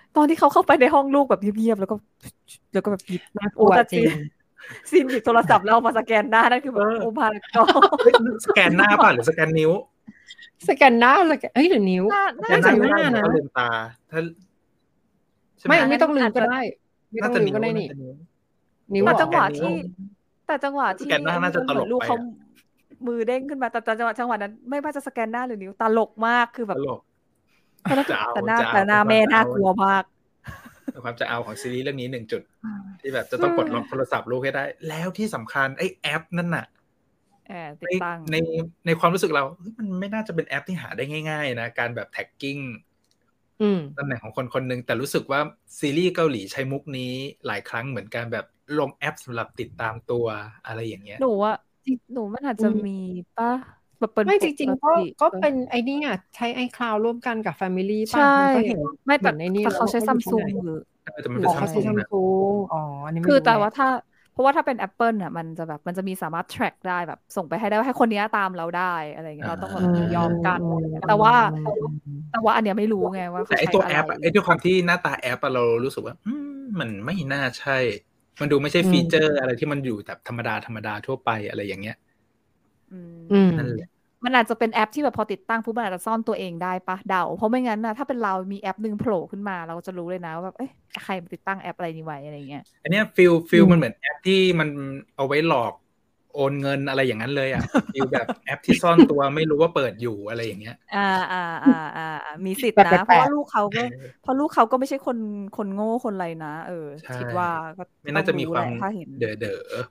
ตอนที่เขาเข้าไปในห้องลูกแบบเงียบๆแล้วก็แบบหยิบน่ากลัวจริงซีนหยิบโทรศัพท์แล้วเอามาสแกนหน้านั่นคือแบบโอ้มาก็สแกนหน้าป่ะหรือสแกนนิ้วสแกนหน้าหรือนิ้วสแกนหน้าไม่ได้นะลืมตาถ้าไม่ต้องลืมก็ได้ไม่ต้องลืมก็ได้นี่นิ้วแต่จังหวะที่สแกนหน้าน่าจะตลกลูกไปเขามือเด้งขึ้นมาแต่จังหวะนั้นไม่ว่าจะสแกนหน้าหรือนิ้วตลกมากคือแบบตลกแต่หน้าแม่น่ากลัวมากความจะเอาของซีรีส์เรื่องนี้1 จุดที่แบบจะต้องปลดล็อกโทรศัพท์ลูกให้ได้แล้วที่สำคัญไอ้แอปนั่นน่ะติดตั้งในความรู้สึกเรามันไม่น่าจะเป็นแอปที่หาได้ง่ายๆนะการแบบแท็กกิ้งตำแหน่งของคนๆนึงแต่รู้สึกว่าซีรีส์เกาหลีใช้มุกนี้หลายครั้งเหมือนกันแบบลงแอปสำหรับติดตามตัวอะไรอย่างเงี้ยหนูมันอาจจะมีป่ะแบบไม่จริงๆก็เป็นไอ้นี่อ่ะใช้ iCloud ร่วมกันกับ Family ป่ะมันก็เห็นไม่แต่เขาใช้ Samsung หรือเขาใช้ Samsung อ๋ออันนี้ไม่รู้คือแต่ว่าเพราะว่าถ้าเป็น Apple น่ะมันจะมีสามารถ track ได้แบบส่งไปให้ได้ว่าให้คนนี้ตามเราได้อะไรอย่างเงี้ยเราต้องแบบยอมกันแต่ว่าอันเนี้ยไม่รู้ไงว่าแต่ไอ้ตัวแอปไอ้ด้วยความที่หน้าตาแอปเรารู้สึกว่ามันไม่น่าใช่มันดูไม่ใช่ฟีเจอร์อะไรที่มันอยู่แบบธรรมดาทั่วไปอะไรอย่างเงี้ยนั่นแหละมันอาจจะเป็นแอปที่แบบพอติดตั้งปุ๊บมันอาจจะซ่อนตัวเองได้ปะเดาเพราะไม่งั้นนะถ้าเป็นเรามีแอปนึงโผล่ขึ้นมาเราจะรู้เลยนะว่าแบบใครติดตั้งแอปอะไรนี้ไว้อะไรเงี้ยอันเนี้ยฟิลมันเหมือนแอปที่มันเอาไว้หลอกโอนเงินอะไรอย่างนั้นเลยอ่ะฟิลแบบแอปที่ซ่อนตัวไม่รู้ว่าเปิดอยู่อะไรอย่างเงี้ยมีสิทธิ์นะเพราะว่าลูกเขาก็ไม่ใช่คนโง่คนไรนะคิดว่าก็ไม่น่าจะมีความเด๋อ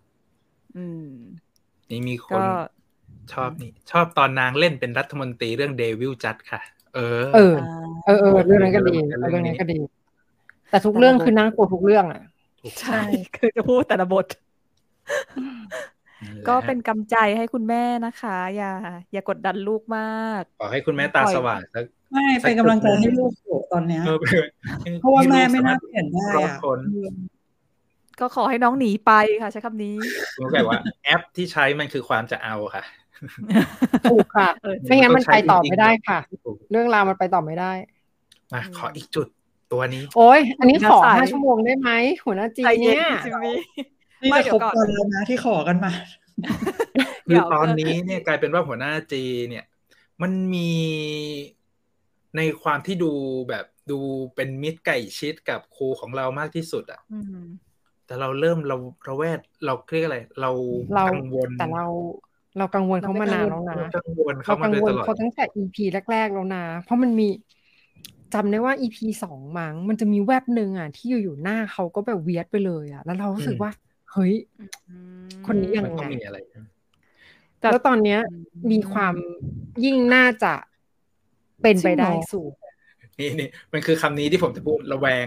นี่มีคนชอบตอนนางเล่นเป็นรัฐมนตรีเรื่องเดวิลจัดค่ะเรื่องนั้นก็ดีแต่ทุกเรื่องคือน่ากลัวทุกเรื่องอ่ะใช่คือจะพูดแต่ละบทก็เป็นกำใจให้คุณแม่นะคะอย่ากดดันลูกมากขอให้คุณแม่ตาสว่างไม่เป็นกำลังใจให้ลูกตอนเนี้ยเพราะว่าแม่ไม่น่าเปลี่ยนได้อ่ะก็ขอให้น้องหนีไปค่ะใช้คำนี้ผมบอกว่าแอปที่ใช้มันคือความจะเอาค่ะถูกค่ะไม่งั้นมันไปต่อไม่ได้ค่ะเรื่องราวมันไปต่อไม่ได้มาขออีกจุดตัวนี้โอ้ยอันนี้ขอ5 ชั่วโมงได้ไหมหัวหน้าจีเนี่ยนี่จะครบกันแล้วนะที่ขอกันมาคือตอนนี้เนี่ยกลายเป็นว่าหัวหน้าจีเนี่ยมันมีในความที่ดูแบบดูเป็นมิตรไก่ชิดกับครูของเรามากที่สุดอ่ะแต่เราเริ่มเราแวดเราเรียกอะไรเรากังวลแต่เรากังวลเขามานานแล้วนะกังวลเขามาโดยตลอดเขาตั้งแต่ EP แรกๆแล้วนะเพราะมันมีจำได้ว่า EP 2มั้งมันจะมีแวบนึงอ่ะที่อยู่หน้าเขาก็แบบเวียดไปเลยอ่ะแล้วเรารู้สึกว่าเฮ้ยคนนี้ยังไงแล้วตอนเนี้ยมีความยิ่งน่าจะเป็นไปได้สูงนี่มันคือคำนี้ที่ผมจะพูดระแวง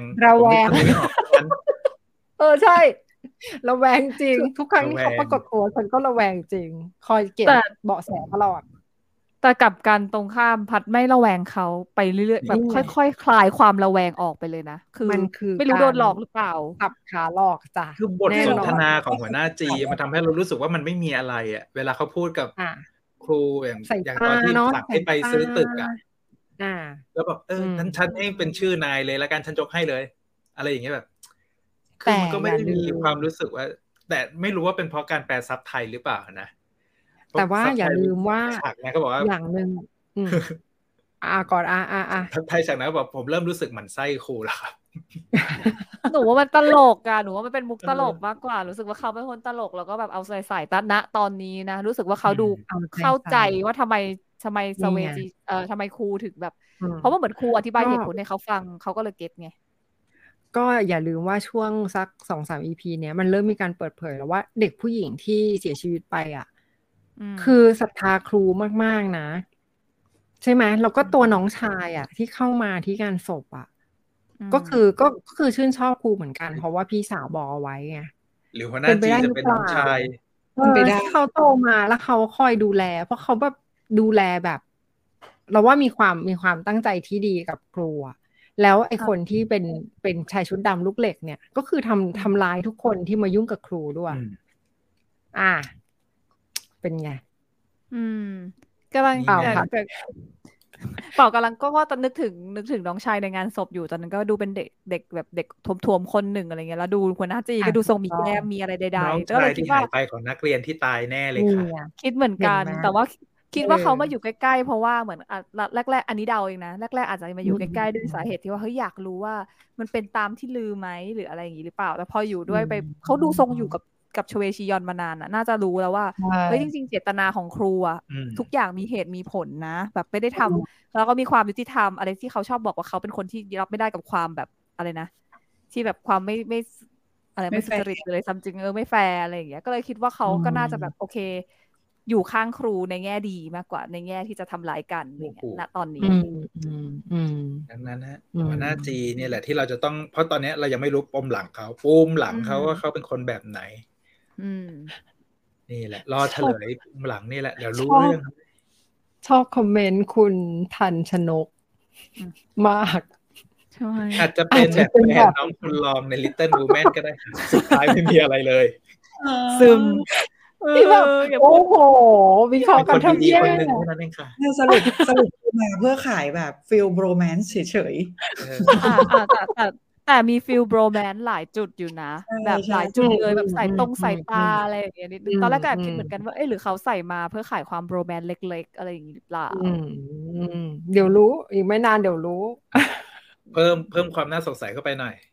ใช่ระแวงจริงทุกครั้งที่เขาปรากฏตัวฉันก็ระแวงจริงคอยเก็บเบาะแสตลอดแต่กับการตรงข้ามพัดไม่ระแวงเขาไปเรื่อยๆแบบค่อยๆคลายความระแวงออกไปเลยนะมันคือไม่รู้โดนหลอกหรือเปล่าขับขาหลอกจ้ะคือบทสนทนาของหัวหน้าจีมันทำให้เรารู้สึกว่ามันไม่มีอะไรอ่ะเวลาเขาพูดกับครูอย่างตอนที่สั่งให้ไปซื้อตึกอ่ะแล้วแบบนั้นฉันให้เป็นชื่อนายเลยแล้วกันฉันยกให้เลยอะไรอย่างเงี้ยแบบคือมันก็ไม่ได้มีความรู้สึกว่าแต่ไม่รู้ว่าเป็นเพราะการแปลซับไทยหรือเปล่านะแต่ว่าอย่าลืมว่าฉากนั้นก็บอกว่าอย่างนึงก่อนไทยฉากนั้นบอกผมเริ่มรู้สึกหมั่นไส้ครูแล้วครับหนูว่ามันตลกอ่ะหนูว่ามันเป็นมุกตลกมากกว่ารู้สึกว่าเขาเป็นคนตลกแล้วก็แบบเอาใส่ตอนนี้นะรู้สึกว่าเขาดูเข้าใจว่าทำไมสเวจีทำไมครูถึงแบบเพราะว่าเหมือนครูอธิบายเหตุผลให้เขาฟังเขาก็เลยเก็ตไงก็อย่าลืมว่าช่วงสัก 2-3 EP เนี้ยมันเริ่มมีการเปิดเผยแล้วว่าเด็กผู้หญิงที่เสียชีวิตไปอ่ะคือศรัทธาครูมากๆนะใช่ไหมแล้วก็ตัวน้องชายอ่ะที่เข้ามาที่งานศพอ่ะก็คือชื่นชอบครูเหมือนกันเพราะว่าพี่สาวบอกเอาไว้ไงหรือหัวหน้าจีจะเป็นน้องชายที่เขาโตมาแล้วเขาคอยดูแลเพราะเขาแบบดูแลแบบเราว่ามีความตั้งใจที่ดีกับครูแล้วไอ้คนที่เป็นชายชุดดำลูกเหล็กเนี่ยก็คือทำร้ายทุกคนที่มายุ่งกับครูด้วยเป็นไงกำลังเปล่ากำลังก็ตอนนึกถึงน้องชายในงานศพอยู่ตอนนั้นก็ดูเป็นเด็กแบบเด็กทวมๆคนหนึ่งอะไรเงี้ยแล้วดูหัวหน้าจีก็ดูทรงมีแก้มมีอะไรใดน้องๆก็เลชายยคิที่ดว่าหายไปของนักเรียนที่ตายแน่เลยค่ะคิดเหมือนกันเห็นไหมแต่ว่าคิดว่าเออเขามาอยู่ใกล้ๆเพราะว่าเหมือนแรกๆอันนี้เดาเองนะแรกๆอาจจะมาอยู่ใกล้ๆด้วยสาเหตุที่ว่าเฮ้ยอยากรู้ว่ามันเป็นตามที่ลือไหมหรืออะไรอย่างนี้หรือเปล่าแต่พออยู่ด้วยไปเขาดูทรงอยู่กับชเวชิยอนมานานน่าจะรู้แล้วว่าใช่เฮ้ยจริงๆเจตนาของครูอะอืมทุกอย่างมีเหตุมีผลนะแบบไม่ได้ทำแล้วก็มีความยุติธรรมอะไรที่เขาชอบบอกว่าเขาเป็นคนที่รับไม่ได้กับความแบบอะไรนะ ที่แบบความไม่อะไรไม่สุจริตเลยซัมจริงไม่แฟร์อะไรอย่างเงี้ยก็เลยคิดว่าเขาก็น่าจะแบบโอเค อยู่ข้างครูในแง่ดีมากกว่าในแง่ที่จะทำร้ายกันอย่างเงี้ยณตอนนี้ดังนั้นฮะอืมหัวหน้าจีเนี่ยแหละที่เราจะต้องเพราะตอนนี้เรายังไม่รู้ปมหลังเขาว่าเขาเป็นคนแบบไหนอืมนี่แหละรอเฉลยปมหลังนี่แหละเดี๋ยวรู้ชอบเรื่องชอบคอมเมนต์คุณทันชนกอืมมากใช่อาจจะเป็นอาจแบจะบเป็นแฟแบนบน้องคุณลองใน Little Women ก็ได้สุดท้ายไม่มีอะไรเลยซึมที่แบบอย่าโอ้พูดโหวิเคราะเป็ห์นกันคนดีทำแย่ๆคนหนึ่งเท่านั้นเองค่ะเนี่ยสรุปมาเพื่อขายแบบฟิลโรแมนซ์เฉยเออแต่มีฟิลโบรแมนหลายจุดอยู่นะใช่แบบใช่หลายจุดเลยอืมแบบสายอืมสายตาอืมอะไรอย่างเงี้ยนิดนึงอืมตอนแรกก็แอบคิดอืมเหมือนกันว่าเอ๊ะหรือเขาใส่มาเพื่อขายความโบรแมนเล็กๆ อะไรอย่างงี้หรือเปล่าเดี๋ยวรู้อีกไม่นานเดี๋ยวรู้เพิ่มความน่าสงสัยเข้าไปหน่อย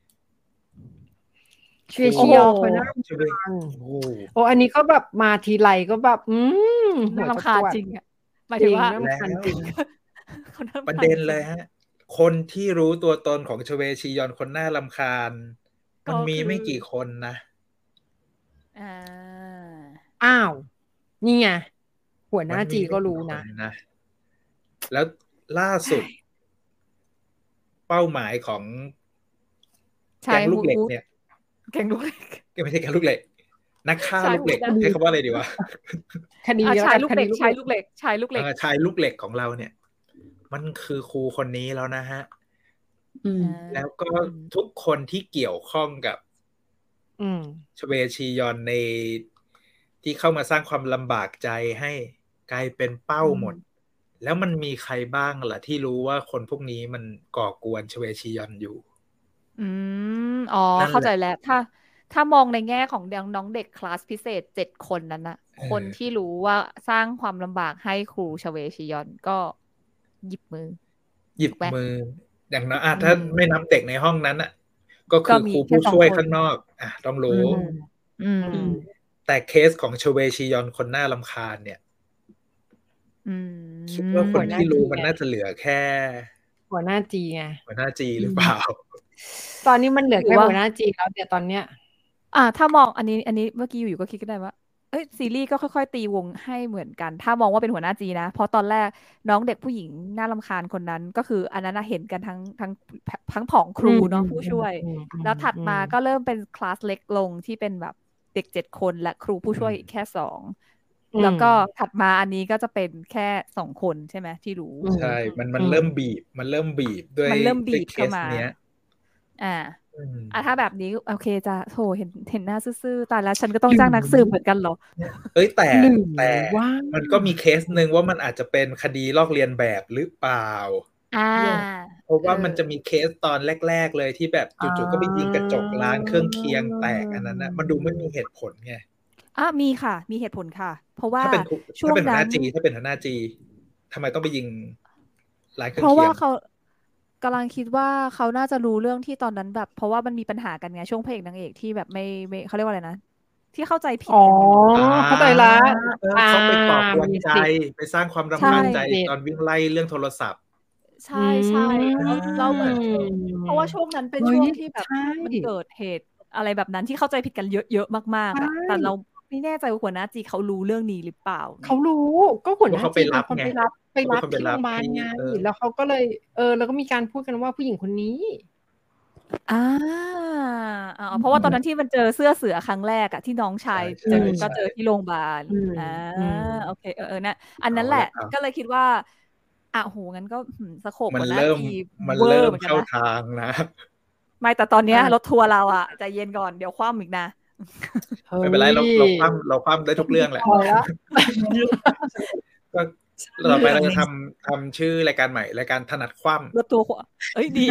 เชียร์โอ้เชีโหยร์คนน่าใช่ไหมโอ้โหโอ้อันนี้ก็แบบมาทีไรก็แบบหัน่าวจะรำคาญปวดจริงอะหมายถึงว่าจริงน่ารำคาญจริงเขาน่ารำคาญประเด็นเลยฮะ คนที่รู้ตัวตนของชเวชียอนคนน่ารำคาญ มันมีไม่กี่คนนะอ่าอ้าว นี่ไงหัวหมัน้าจีมีก็ไม่รู้กี่คนะนนะ แล้วล่าสุด เป้าหมายของใช่แก๊งลูกเหล็กฮูดเนี่ยแกงลูกเล็กไม่ใช่แก๊งลูกเหล็ก นักฆ่าชายลูกเหล็กฮูดนะให้คำว่าอะไรดีวะคดีแล้วชายกันลูกคเหล็ดีกลูกชายเหล็กลูกเหล็กชายลูกเหล็กชายลูกเหล็กของเราเนี่ย มันคือครูคนนี้แล้วนะฮะๆอืมแล้วก็ทุกคนที่เกี่ยวข้องกับอืมชเวชียอนในที่เข้ามาสร้างความลำบากใจให้กลายเป็นเป้าหมด แล้วมันมีใครบ้างล่ะที่รู้ว่าคนพวกนี้มันก่อกวนชเวชียอนอยู่อ๋อนั่นแหละเข้าใจแล้ว ถ้ามองในแง่ของน้องเด็กคลาสพิเศษ7 คนนั้นนะเออคนที่รู้ว่าสร้างความลำบากให้ครูชเวชิยอนก็หยิบมือหยิบถูกไหมมือ อย่างน้อยถ้าไม่นับเด็กในห้องนั้นอ่ะ ก็ก็คือมีครูแค่ผู้ 2 ช่วยคนข้างนอกต้องรู้อืมอืมแต่เคสของชเวชียอนคนน่ารำคาญเนี่ยอืมคิดว่าคนที่รู้มันน่าจะเหลือแค่หัวหน้าจีไงหัวหน้าจีหรือเปล่าตอนนี้มันเหลือหรืแค่อว่าหัวหน้าจีแล้วเนี่ยตอนเนี้ยถ้ามองอันนี้เมื่อกี้อยู่ก็คิดก็ได้ว่า เอ้ยซีรีส์ก็ค่อยๆตีวงให้เหมือนกัน ถ้ามองว่าเป็นหัวหน้าจีนะ เพราะตอนแรกน้องเด็กผู้หญิงน่ารำคาญคนนั้น ก็คืออันนั้นเห็นกันทั้งผองครูเนาะผู้ช่วย แล้วถัดมาก็เริ่มเป็นคลาสเล็กลงที่เป็นแบบเด็ก7 คนและครูผู้ช่วยอีกแค่2 แล้วก็ถัดมาอันนี้ก็จะเป็นแค่2 คนใช่ไหมที่รู้ใช่ มันเริ่มบีบด้วยมันเริ่มบีบเคเข้าสมาเนี้ยถ้าแบบนี้โอเคจะโถเห็นหน้าซื่อๆตายแล้วฉันก็ต้องจ้างนักสืบเหมือนกันเหรอเอ้ยแต่หรือแต่ว่ามันก็มีเคสหนึ่งว่ามันอาจจะเป็นคดีลอกเลียนแบบหรือเปล่า เพราะว่ามันจะมีเคสตอนแรกๆเลยที่แบบจู่ๆก็ไปยิงกระจกร้านเครื่องเคียงแตกอันนั้นนะมันดูไม่มีเหตุผลไงมีค่ะมีเหตุผลค่ะ เพราะว่าถ้าเป็นช่วงหัวหนั้น้าน จีถ้าเป็นหัวหน้าจีทำไมต้องไปยิงร้านเครื่อเพงราะเคีว่ายงเขากำลังคิดว่าเขาน่าจะรู้เรื่องที่ตอนนั้นแบบ เพราะว่ามันมีปัญหากันไงช่วงพระเอกนางเอกที่แบบไม่เขาเรียกว่าอะไรนะ ที่เข้าใจผิดอ๋อกันอยู่เข้าใจละเขาไปก่อกวนใจมีสิทธิ์ไปสร้างความรำใช่คาญใจตอนวิ่งไล่เรื่องโทรศัพท์ใช่ใช่แล้วเหมือนเพราะว่าช่วงนั้นเป็นช่วงที่แบบใช่มันเกิดเหตุอะไรแบบนั้นที่เข้าใจผิดกันเยอะๆมากๆอะใช่แต่เราไม่แน่ใจว่าหัวหน้าจีเขารู้เรื่องนี้หรือเปล่าไงเขารู้ก็หัวหน้าเขาจีไปเป็รับนคนไงไปรับเขาเป็นคนไปที่รัโรบงพยาบาลไงเออแล้วเขาก็เลยแล้วก็มีการพูดกันว่าผู้หญิงคนนี้เพราะว่าตอนนั้นที่มันเจอเสื้อเสือครั้งแรกอะที่น้องชายใช่เจอใช่ก็เจอที่โรงพยาบาลอืมอืมโอเคนะอันนั้นแหละเอาละก็เลยคิดว่าโหงั้นก็สโคปมันหัวหน้าเริ่มจีมันเวอเริ่ร์มเหมือนกันเข้านะทางนะไม่แต่ตอนเนี้ยใช่รถทัวร์เราอะใจเย็นก่อนเดี๋ยวคว่ำอีกนะไม่เป็นไรเราคว่ำได้ทุกเรื่องแหละพอแล้วก็ต่อไปเราจะทำชื่อรายการใหม่รายการถนัดคว่ำรถตัวขวาเอ้ยดี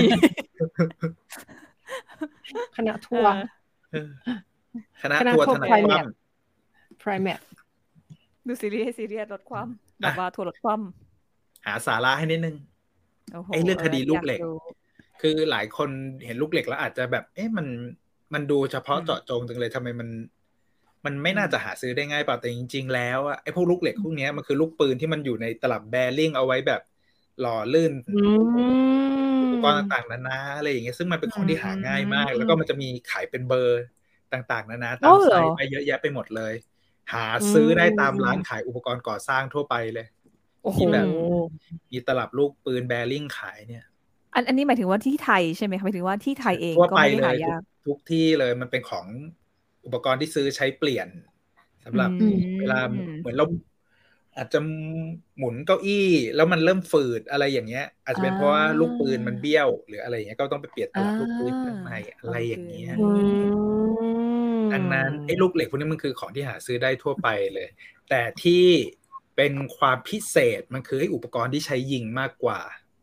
คณะทัวร์คณะทัวร์ถนัดคว่ำ private ดูซีรีส์ให้ซีเรียสลดความแบบว่าทัวร์ลดความหาสาระให้นิดนึงโอ้โหไอ้เรื่องคดีลูกเหล็กอยาดูคือหลายคนเห็นลูกเหล็กแล้วอาจจะแบบมันดูเฉพาะเจาะจงจังเลยทำไมมันไม่น่าจะหาซื้อได้ง่ายเปล่าแต่จริงๆแล้วไอ้พวกลูกเหล็กพวกนี้มันคือลูกปืนที่มันอยู่ในตลับแบริ่งเอาไว้แบบหล่อลื่นอุปกรณ์ต่างๆนานาอะไรอย่างเงี้ยซึ่งมันเป็นของที่หาง่ายมากแล้วก็มันจะมีขายเป็นเบอร์ต่างๆนานาตามไซต์ไปเยอะแยะไปหมดเลยหาซื้อได้ตามร้านขายอุปกรณ์ก่อสร้างทั่วไปเลยที่แบบมีตลับลูกปืนแบริ่งขายเนี่ยอันนี้หมายถึงว่าที่ไทยใช่ไหมคะหมายถึงว่าที่ไทยเองทั่วก็ไปไม่ได้เลหาย ยากทุกที่เลยมันเป็นของอุปกรณ์ที่ซื้อใช้เปลี่ยนสำหรับเวลาเหมือนเราอาจจะหมุนเก้าอี้แล้วมันเริ่มฝืดอะไรอย่างเงี้ยอาจจะเป็นเพราะว่าลูกปืนมันเบี้ยวหรืออะไรอย่างเงี้ยก็ต้องไปเปลี่ยนตลับลูกปืนข้างในอะไรอย่างเงี้ยดังนั้นไอ้ลูกเหล็กพวกนี้มันคือของที่หาซื้อได้ทั่วไปเลยแต่ที่เป็นความพิเศษมันคือไอ้อุปกรณ์ที่ใช้ยิงมากกว่า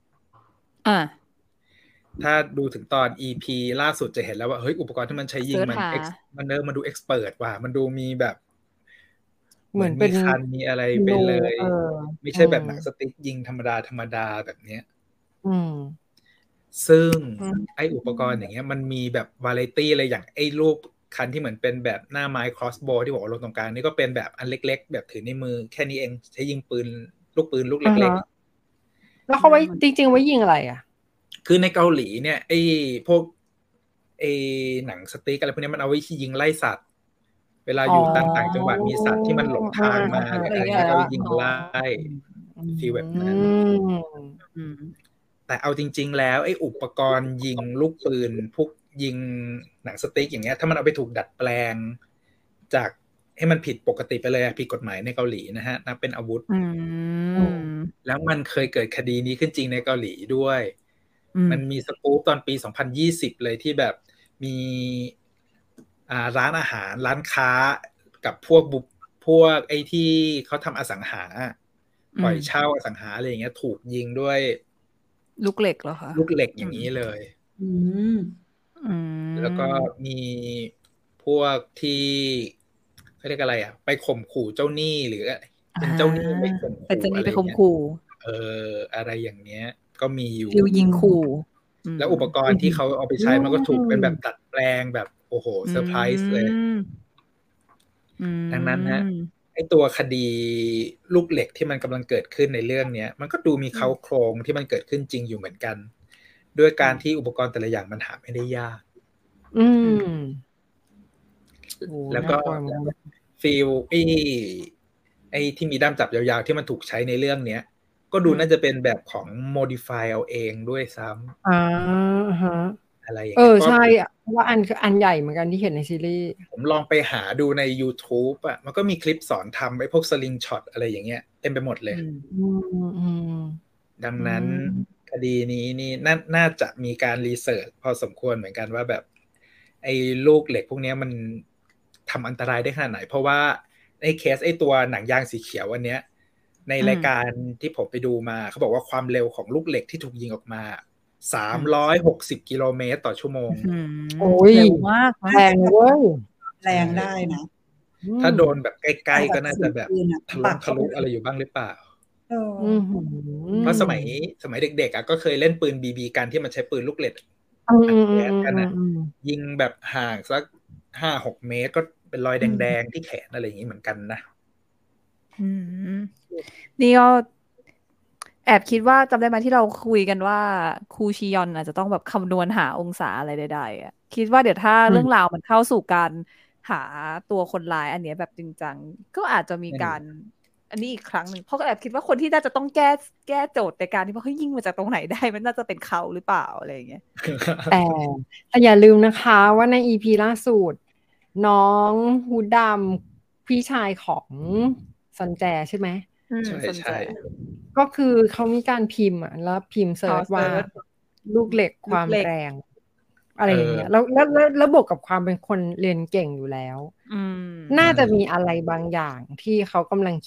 ถ้าดูถึงตอน EP ล่าสุดจะเห็นแล้วว่าเฮ้ยอุปกรณ์ที่มันใช้ยิงมันดูเอ็กซ์เพิร์ทว่ะมันดูมีแบบเหมือนมีคันมีอะไรไปเลยไม่ใช่แบบหนังสติ๊กยิงธรรมดาแบบเนี้ยซึ่งไอ้อุปกรณ์อย่างเงี้ยมันมีแบบวาไรตี้อะไรอย่างไอ้รูปคันที่เหมือนเป็นแบบหน้าไม้ crossbow ที่บอกว่าลงตรงกลางนี่ก็เป็นแบบอันเล็กๆแบบถือในมือแค่นี้เองใช้ยิงปืนลูกเล็กๆแล้วเขาไว้จริงๆไว้ยิงอะไรอ่ะคือในเกาหลีเนี่ยไอ้พวกหนังสติ๊กอะไรพวกนี้มันเอาไว้ยิงไล่สัตว์เวลาอยู่ต่างจังหวัดมีสัตว์ที่มันหลงทางมาอะไรเงี้ยก็ยิงไล่ฟีลแบบนั้นแต่เอาจริงๆแล้วไอ้อุปกรณ์ยิงลูกปืนพวกยิงหนังสติ๊กอย่างเงี้ยถ้ามันเอาไปถูกดัดแปลงจากให้มันผิดปกติไปเลยผิดกฎหมายในเกาหลีนะฮะนับเป็นอาวุธแล้วมันเคยเกิดคดีนี้ขึ้นจริงในเกาหลีด้วยมันมีสกู๊ปตอนปี2020เลยที่แบบมีร้านอาหารร้านค้ากับพวกไอ้ที่เขาทำอสังหาปล่อยเช่าอสังหาอะไรอย่างเงี้ยถูกยิงด้วยลูกเหล็กเหรอคะลูกเหล็กอย่างนี้เลยแล้วก็มีพวกที่เขาเรียกอะไรไปข่มขู่เจ้าหนี้หรือเป็นเจ้าหนี้ไปข่มขู่เป็นเจ้าหนี้ไปข่มขู่อะไรอย่างเงี้ยก็มีอยู่ฟิวยิงขู่แล้วอุปกรณ์ที่เขาเอาไปใช้มันก็ถูกเป็นแบบดัดแปลงแบบโอ้โหเซอร์ไพรส์เลยดังนั้นนะไอ้ตัวคดีลูกเหล็กที่มันกำลังเกิดขึ้นในเรื่องนี้มันก็ดูมีเขาโครงที่มันเกิดขึ้นจริงอยู่เหมือนกันด้วยการที่อุปกรณ์แต่ละอย่างมันหาไม่ได้ยากแล้วก็ฟีลไอ้ที่มีด้ามจับยาวๆที่มันถูกใช้ในเรื่องนี้ก็ดูน่าจะเป็นแบบของ modify เอาเองด้วยซ้ำอะไรอย่างเงี้ยใช่เพราะว่าอันใหญ่เหมือนกันที่เห็นในซีรีส์ผมลองไปหาดูใน YouTube มันก็มีคลิปสอนทำไอ้พวกสลิงช็อตอะไรอย่างเงี้ยเต็มไปหมดเลยดังนั้นคดีนี้นี่น่าจะมีการรีเสิร์ชพอสมควรเหมือนกันว่าแบบไอ้ลูกเหล็กพวกนี้มันทำอันตรายได้ขนาดไหนเพราะว่าไอ้เคสไอ้ตัวหนังยางสีเขียวอันเนี้ยในรายการที่ผมไปดูมาเขาบอกว่าความเร็วของลูกเหล็กที่ถูกยิงออกมา360กิโลเมตรต่อชั่วโมงโอ้ยมากแรงเว้ยแรงได้นะถ้าโดนแบบใกล้ๆก็น่าจะแบบทะลุอะไรอยู่บ้างหรือเปล่าเพราะสมัยเด็กๆก็เคยเล่นปืนบีบีกันที่มันใช้ปืนลูกเหล็กแก๊สกันยิงแบบห่างสัก 5-6 เมตรก็เป็นรอยแดงๆที่แขนอะไรอย่างนี้เหมือนกันนะนี่ก็แอบคิดว่าจำได้ไหมที่เราคุยกันว่าครูชิยอนอาจจะต้องแบบคำนวณหาองศาอะไรใดๆคิดว่าเดี๋ยวถ้าเรื่องราวมันเข้าสู่การหาตัวคนร้ายอันนี้แบบจริงจังก็อาจจะมีการอันนี้อีกครั้งหนึ่งเพราะก็แอบคิดว่าคนที่น่าจะต้องแก้โจทย์ในการที่ว่าเฮ้ยยิงมาจากตรงไหนได้มันน่าจะเป็นเขาหรือเปล่าอะไรอย่างเงี้ยแต่อย่าลืมนะคะว่าใน EP ล่าสุดน้องฮูดำพี่ชายของซันแจใช่ไหมใช่ก็คือเขามีการพิมพ์แล้วพิมพ์เสิร์ชว่าลูกเหล็กความแรงอะไรอย่างเงี้ยแล้วบวกกับความเป็นคนเรียนเก่งอยู่แล้วน่าจะมีอะไรบางอย่างที่เขากำลังคิด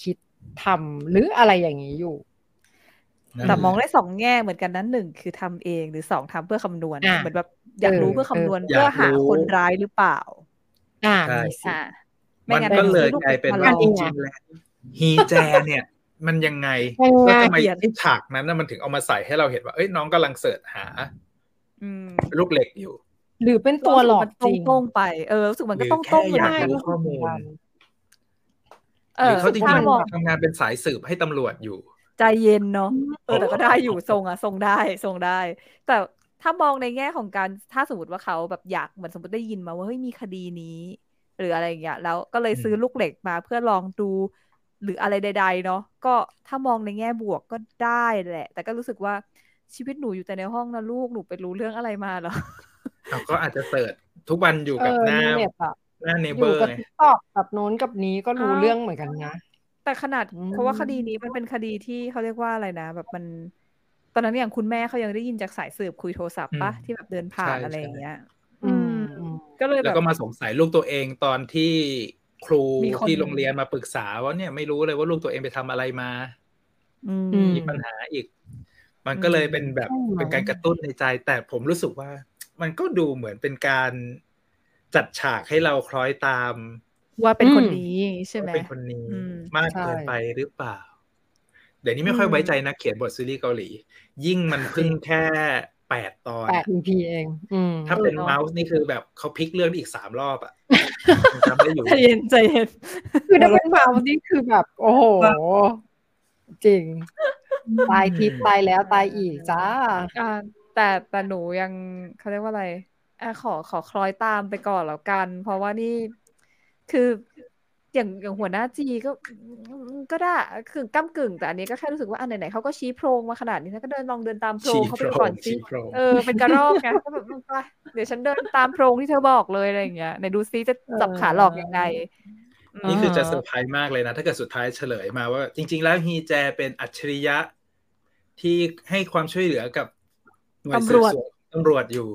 ทำหรืออะไรอย่างนี้อยู่แต่มองได้2แง่เหมือนกันนั้น1คือทำเองหรือ2ทำเพื่อคำนวณเหมือนแบบอยากรู้เพื่อคำนวณเพื่อหาคนร้ายหรือเปล่ามีสิมันก็เลยกลายเป็นว่าจริงๆแล้วฮีแจเนี่ยมันยังไงแล้วทำไมที่ฉากนั้นมันถึงเอามาใส่ให้เราเห็นว่าเอ้ยน้องกำลังเสิร์ชหาลูกเหล็กอยู่หรือเป็นตัวหลอกจริงตรงไปรู้สึกมันก็ต้องตรงอยากรู้ข้อมูลหรือเขาจริงๆทำงานเป็นสายสืบให้ตำรวจอยู่ใจเย็นเนาะแต่ก็ได้อยู่ทรงได้แต่ถ้ามองในแง่ของการถ้าสมมติว่าเขาแบบอยากเหมือนสมมติได้ยินมาว่าเฮ้ยมีคดีนี้หรืออะไรอย่างเงี้ยแล้วก็เลยซื้อลูกเหล็กมาเพื่อลองดูหรืออะไรใดๆเนาะก็ถ้ามองในแง่บวกก็ได้แหละแต่ก็รู้สึกว่าชีวิตหนูอยู่แต่ในห้องนะลูกหนูไปรู้เรื่องอะไรมาเหรอก็อาจจะเสิร์ชทุกวันอยู่กับหน้าเนเบอร์ไงตอบกับโน้นกับนี้ก็รู้เรื่องเหมือนกันนะแต่ขนาดเพราะว่าคดีนี้มันเป็นคดีที่เขาเรียกว่าอะไรนะแบบมันตอนนั้นอย่างคุณแม่เขายังได้ยินจากสายสืบคุยโทรศัพท์ปะที่แบบเดินผ่านอะไรอย่างเงี้ยก็เลยแล้วก็มาสงสัยลูกตัวเองตอนที่ครูที่โรงเรียนมาปรึกษาว่าเนี่ยไม่รู้เลยว่าลูกตัวเองไปทำอะไรมามีปัญหาอีกมันก็เลยเป็นแบบเป็นการกระตุ้นในใจแต่ผมรู้สึกว่ามันก็ดูเหมือนเป็นการจัดฉากให้เราคล้อยตามว่าเป็นคนนี้ใช่ไหมเป็นคนนี้มากเกินไปหรือเปล่าเดี๋ยวนี้ไม่ค่อยไว้ใจนักเขียนบทซีรีส์เกาหลียิ่งมันเพิ่งแค่8 ตอน 8 EP เองถ้าเป็นเมาส์นี่คือแบบเขาพลิกเรื่องอีก3 รอบอ่ะจำได้อยู่ใจเย็นคือถ้าเป็นเมาส์นี่คือแบบโอ้โหจริงตายทิพย์ตายแล้วตายอีกจ้าแต่หนูยังเขาเรียกว่าอะไรขอคล้อยตามไปก่อนแล้วกันเพราะว่านี่คืออย่างหัวหน้าจีก็ได้คือก้ำกึ่งแต่อันนี้ก็แค่รู้สึกว่าอันไหนๆเขาก็ชี้โพรงมาขนาดนี้ก็ลองเดินตามโพรงเขาไปก่อนสิเป็นกระรอกไงก็แบบเดี๋ยวฉันเดินตามโพรงที่เธอบอกเลยอะไรอย่างเงี้ยไหนดูซิจะจับขาหลอกยังไงนี่คือจะเซอร์ไพรส์มากเลยนะถ้าเกิดสุดท้ายเฉลยมาว่าจริงๆแล้วฮีแจเป็นอัจฉริยะที่ให้ความช่วยเหลือกับหน่วยสืบสวนตำรวจอยู่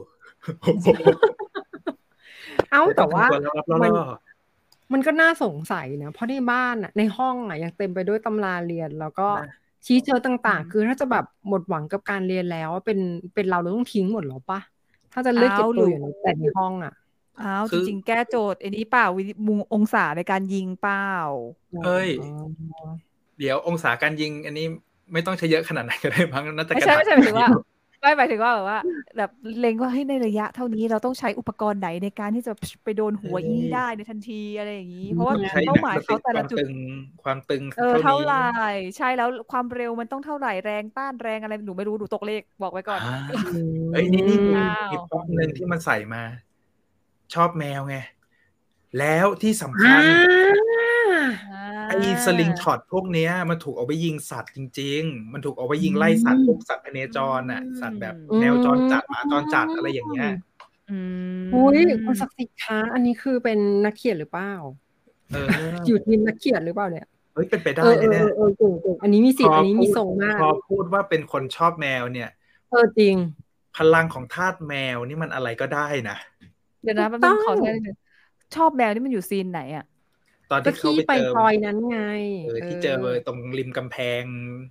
แต่ว่ามันก็น่าสงสัยนะเพราะในบ้านในห้องยังเต็มไปด้วยตำราเรียนแล้วก็ชี้เจอต่างๆคือถ้าจะแบบหมดหวังกับการเรียนแล้วเป็นเราต้องทิ้งหมดหรอปะถ้าจะเลือกเก็บตัวอยู่แต่ในห้องจริงๆแก้โจทย์อันนี้เปล่ามุมองศาในการยิงเปล่าเฮ้ยเดี๋ยวองศาการยิงอันนี้ไม่ต้องใช้เยอะขนาดไหนก็ได้มั้งน่าจะไม่ใช่หมายถึงว่าหมายถึงว่าแบบว่าแบบเล็งว่าให้ในระยะเท่านี้เราต้องใช้อุปกรณ์ไหนในการที่จะไปโดนหัวอีได้ในทันทีอะไรอย่างนี้เพราะว่าเป้าหมายเขาแต่ละจุดความตึงเท่าไหร่ใช่แล้วความเร็วมันต้องเท่าไหร่แรงต้านแรงอะไรหนูไม่รู้หนูตกเลขบอกไว้ก่อนเอ้ยนี่มีป๊อกนึงที่มันใส่มาชอบแมวไงแล้วที่สำคัญไอ้สลิงช็อตพวกเนี้ยมันถูกเอาไปยิงสัตว์จริงๆมันถูกเอาไปยิงไล่สัตว์พวกสัตว์พเนจรสัตว์แบบแนวจรจัดหมาจรจัดอะไรอย่างเงี้ยอุ้ยคุณศักดิ์สิทธิ์คะอันนี้คือเป็นนักเขียนหรือเปล่าอยู่ทีมนักเขียนหรือเปล่าเนี่ยเฮ้ยเป็นไปได้แน่อันนี้มีสิทธิ์อันนี้มีทรงมากพอพูดว่าเป็นคนชอบแมวเนี่ยจริงพลังของทาสแมวนี่มันอะไรก็ได้นะเดี๋ยวนะมันต้องขอแทนชอบแมวนี่มันอยู่ซีนไหนอ่ะตอนที่เขาไปซอยนั้นไงที่เจอตรงริมกำแพง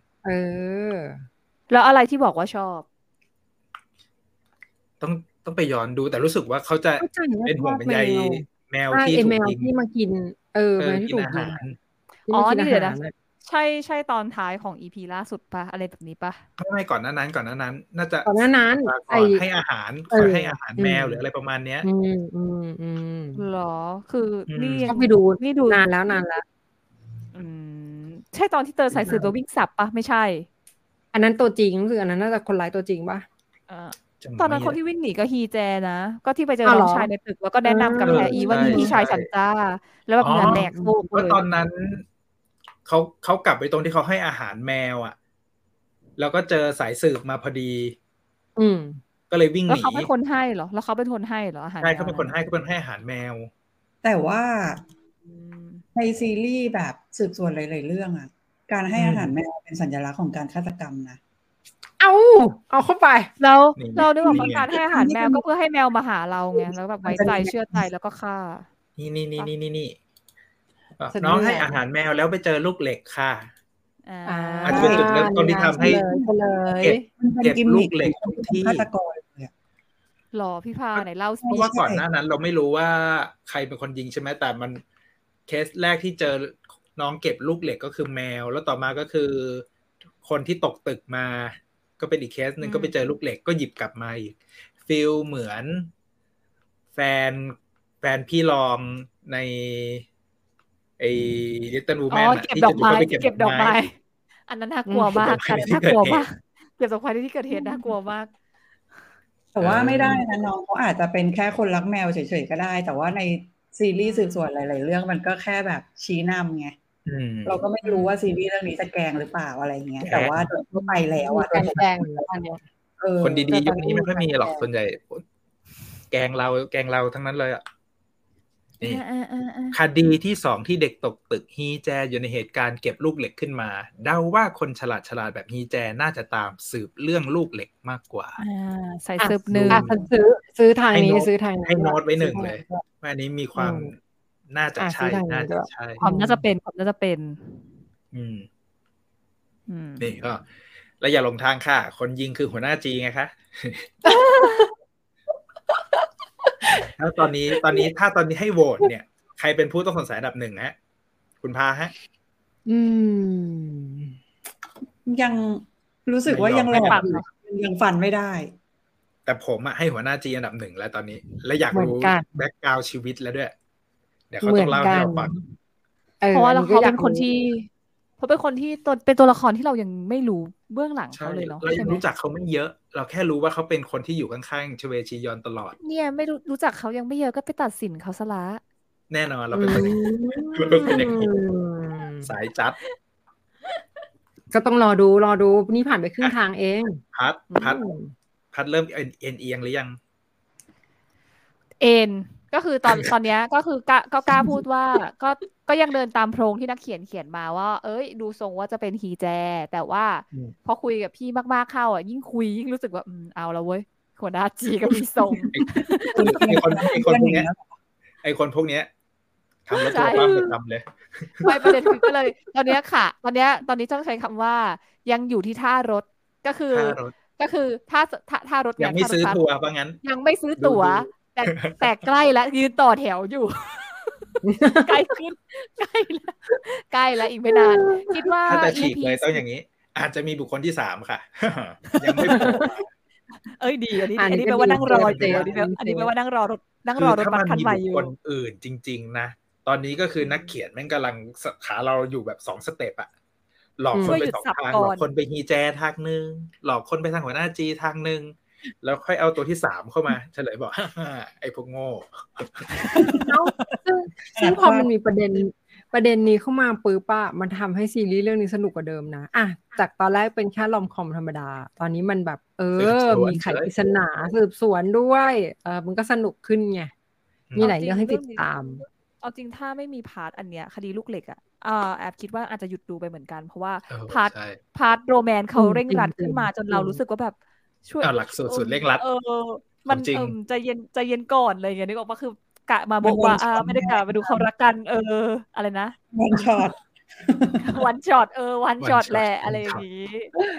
แล้วอะไรที่บอกว่าชอบต้องไปย้อนดูแต่รู้สึกว่าเขาจะเป็นห่วงเป็นใยแมวที่ถูกยิงที่มากินแมวที่ถูกยิงนี่เดี๋ยวนะใช่ตอนท้ายของ EP ล่าสุดปะอะไรแบบนี้ปะไม่ก่อนหน้านั้นน่าจะก่อนหน้านั้นให้อาหารแมวหรืออะไรประมาณเนี้ยหรอคือนี่ต้องไปดูนานแล้วใช่ตอนที่เตอร์ใส่เสื้อตัววิ่งสับปะไม่ใช่อันนั้นตัวจริงคืออันนั้นน่าจะคนร้ายตัวจริงปะตอนนั้นคนที่วิ่งหนีก็ฮีแจนะก็ที่ไปเจอน้องชายในตึกแล้วก็แนะนำกับแพรอีว่านี่พี่ชายฉันจ้าแล้วแบบเงินแดกโลกเลยตอนนั้นเขากลับไปตรงที่เขาให้อาหารแมวแล้วก็เจอสายสืบมาพอดีก็เลยวิ่งหนีแล้วเขาเป็นคนให้เหรออาหารใช่เขาเป็นคนให้อาหารแมวแต่ว่าในซีรีส์แบบสืบสวนหลายๆเรื่องการให้อาหารแมวเป็นสัญลักษณ์ของการฆาตกรรมนะเอาเข้าไปเราได้บอกว่าการให้อาหารแมวก็เพื่อให้แมวมาหาเราไงแล้วแบบไว้ใจเชื่อใจแล้วก็ฆ่านี่น้องให้อาหารแมวแล้วไปเจอลูกเหล็กค่ะอาจจะเป็เป็นจุดเริ่มต้นที่ทำให้เก็บลูกเหล็กทุกที่ฆาตกรเลยหรอพี่พาไหนเล่าสิเพราะว่าก่อนหน้านั้นเราไม่รู้ว่าใครเป็นคนยิงใช่ไหมแต่มันเคสแรกที่เจอน้องเก็บลูกเหล็กก็คือแมวแล้วต่อมาก็คือคนที่ตกตึกมาก็เป็นอีกเคสหนึ่งก็ไปเจอลูกเหล็กก็หยิบกลับมาอีกฟีลเหมือนแฟนพี่รองในไอ้ Little Women เก็บดอกไม้เก็บดอกไม้อันนั้นน่ากลัวมากอันนั้นน่ากลัวมากเก็บดอกไม้ที่เกิดเหตุน่ากลัวมากแต่ว่าไม่ได้นะน้องเขาอาจจะเป็นแค่คนรักแมวเฉยๆก็ได้แต่ว่าในซีรีส์สืบสวนหลายๆเรื่องมันก็แค่แบบชี้นำไงเราก็ไม่รู้ว่าซีรีส์เรื่องนี้จะแกล้งหรือเปล่าอะไรเงี้ยแต่ว่าโดยทั่วไปแล้วอ่ะแกล้งหรืออะไรเนี่ยคนดีๆยุคนี้ไม่ค่อยมีหรอกส่วนใหญ่แกล้งเราทั้งนั้นเลยอ่ะนี่คดีที่2ที่เด็กตกตึกฮีแจอยู่ในเหตุการณ์เก็บลูกเหล็กขึ้นมาเดาว่าคนฉลาดแบบฮีแจน่าจะตามสืบเรื่องลูกเหล็กมากกว่าใส่สืบหนึ่งซื้อทางนี้ซื้อทางนี้ให้โน้ตไว้1เลยว่าอันนี้มีความน่าจะใช่ความน่าจะเป็นนี่ก็แล้วอย่าหลงทางค่ะคนยิงคือหัวหน้าจีไงคะแล้วตอนนี้ถ้าตอนนี้ให้โหวตเนี่ยใครเป็นผู้ต้องสงสัยอันดับ1ฮะคุณพาฮะยังรู้สึกว่ายังหลอกยังฟันไม่ได้แต่ผมให้หัวหน้าจีอันดับ1แล้วตอนนี้และอยากรู้แบ็คกราวด์ชีวิตแล้วด้วยเดี๋ยวเขาต้องเล่าให้เราฟังเพราะว่าเขาเป็นคนที่เป็นตัวละครที่เรายังไม่รู้เบื้องหลังเขาเลยเนาะเรายังรู้จักเขาไม่เยอะเราแค่รู้ว่าเขาเป็นคนที่อยู่ข้างๆชเวชียอนตลอดเนี่ยไม่รู้จักเขายังไม่เยอะก็ไปตัดสินเขาซะละแน่นอนเราเป็นคนอย่างนี้สายจัดก็ต้องรอดูนี่ผ่านไปครึ่งทางเองพัดเริ่มเอียงหรือยังก็คือตอนนี้ก็คือกล้าพูดว่าก็ยังเดินตามโพรงที่นักเขียนมาว่าดูทรงว่าจะเป็นฮีแจแต่ว่าพอคุยกับพี่มากๆเข้ายิ่งคุยยิ่งรู้สึกว่าเอาแล้วเว้ยหัวหน้าจีก็มีทรงไอ้คนพวกนี้ทำแล้วตัวบ้าไปทำเลยไม่ประเด็นคือก็เลยตอนนี้ต้องใช้คำว่ายังอยู่ที่ท่ารถก็คือท่ารถยังไม่ซื้อตั๋วว่างั้นยังไม่ซื้อตั๋วแต่ใกล้แล้วยืนต่อแถวอยู่ใกล้ขึ้นใกล้แล้วอีกไม่นานคิดว่าถ้าจะฉีกเลยต้องอย่างนี้อาจจะมีบุคคลที่3ค่ะยังไม่พอดีอันนี้แปลว่านั่งรออยู่อันนี้แปลว่านั่งรอรถบัสคันใหม่อยู่คนอื่นจริงๆนะตอนนี้ก็คือนักเขียนแม่งกำลังขาเราอยู่แบบ2สเต็ปอะหลอกคนไป2ทางหลอกคนไปฮีแจทางนึงหลอกคนไปทางหัวหน้าจีทางนึงแล้วค่อยเอาตัวที่3เข้ามาเฉลยบอกไอ้พวกโง่ซึ่งพอมันมีประเด็นนี้เข้ามาปื๊บป่ะมันทำให้ซีรีส์เรื่องนี้สนุกกว่าเดิมนะจากตอนแรกเป็นแค่รอมคอมธรรมดาตอนนี้มันแบบมีไขปริศนาสืบสวนด้วยมันก็สนุกขึ้นไงมีหลายเรื่องให้ติดตามเอาจริงถ้าไม่มีพาร์ทอันเนี้ยคดีลูกเหล็กแอบคิดว่าอาจจะหยุดดูไปเหมือนกันเพราะว่าพาร์ทโรแมนเขาเร่งรัดขึ้นมาจนเรารู้สึกว่าแบบช่วยหลักสูตรสุดเร่งรัดมันใจเย็นก่อนอะไรอย่างเงี้ยนึกออกป่ะคือกะมาบอกว่าไม่ได้กะมาดูเขารักกันอะไรนะวันช็อตวันช็อตแหละอะไรอย่างงี้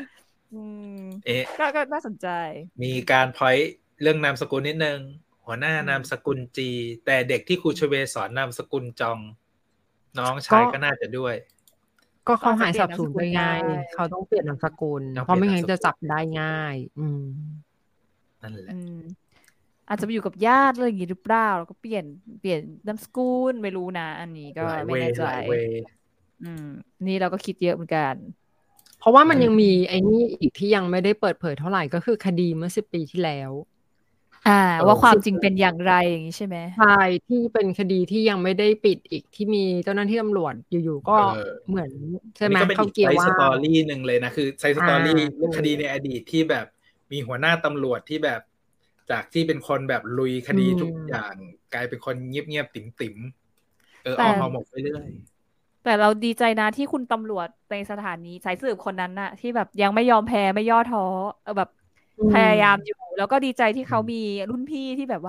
ก็น่าสนใจมีการพอยต์เรื่องนามสกุลนิดนึงหัวหน้านามสกุลจีแต่เด็กที่ครูชเวสอนนามสกุลจองน้องชายก็น่าจะด้วยก็เขาหายสับสนไปไงเขาต้องเปลี่ยนนามสกุลเพราะไม่งั้นจะจับได้ง่ายนั่นแหละอาจจะไปอยู่กับญาติอะไรอย่างงี้หรือเปล่าแล้วก็เปลี่ยนนามสกุลไม่รู้นะอันนี้ก็ไม่แน่ใจนี่เราก็คิดเยอะเหมือนกันเพราะว่ามันยังมีไอ้นี่อีกที่ยังไม่ได้เปิดเผยเท่าไหร่ก็คือคดีเมื่อ10 ปีที่แล้วว่าความจริงเป็นอย่างไรอย่างนี้ใช่ไหมใช่ที่เป็นคดีที่ยังไม่ได้ปิดอีกที่มีเจ้าหน้าที่ตำรวจอยู่ๆก็เหมือนใช่ไหมเขาเกี่ยวว่าไซส์สตอรี่นึงเลยนะคือไซส์สตอรี่คดีในอดีตที่แบบมีหัวหน้าตำรวจที่แบบจากที่เป็นคนแบบลุยคดีทุกอย่างกลายเป็นคนเงียบๆติ๋มๆเอาหมกไปเรื่อยแต่เราดีใจนะที่คุณตำรวจในสถานีสายสืบคนนั้นน่ะที่แบบยังไม่ยอมแพ้ไม่ย่อท้อแบบพยายามอยู่แล้วก็ดีใจที่เขามีรุ่นพี่ที่แบบว่า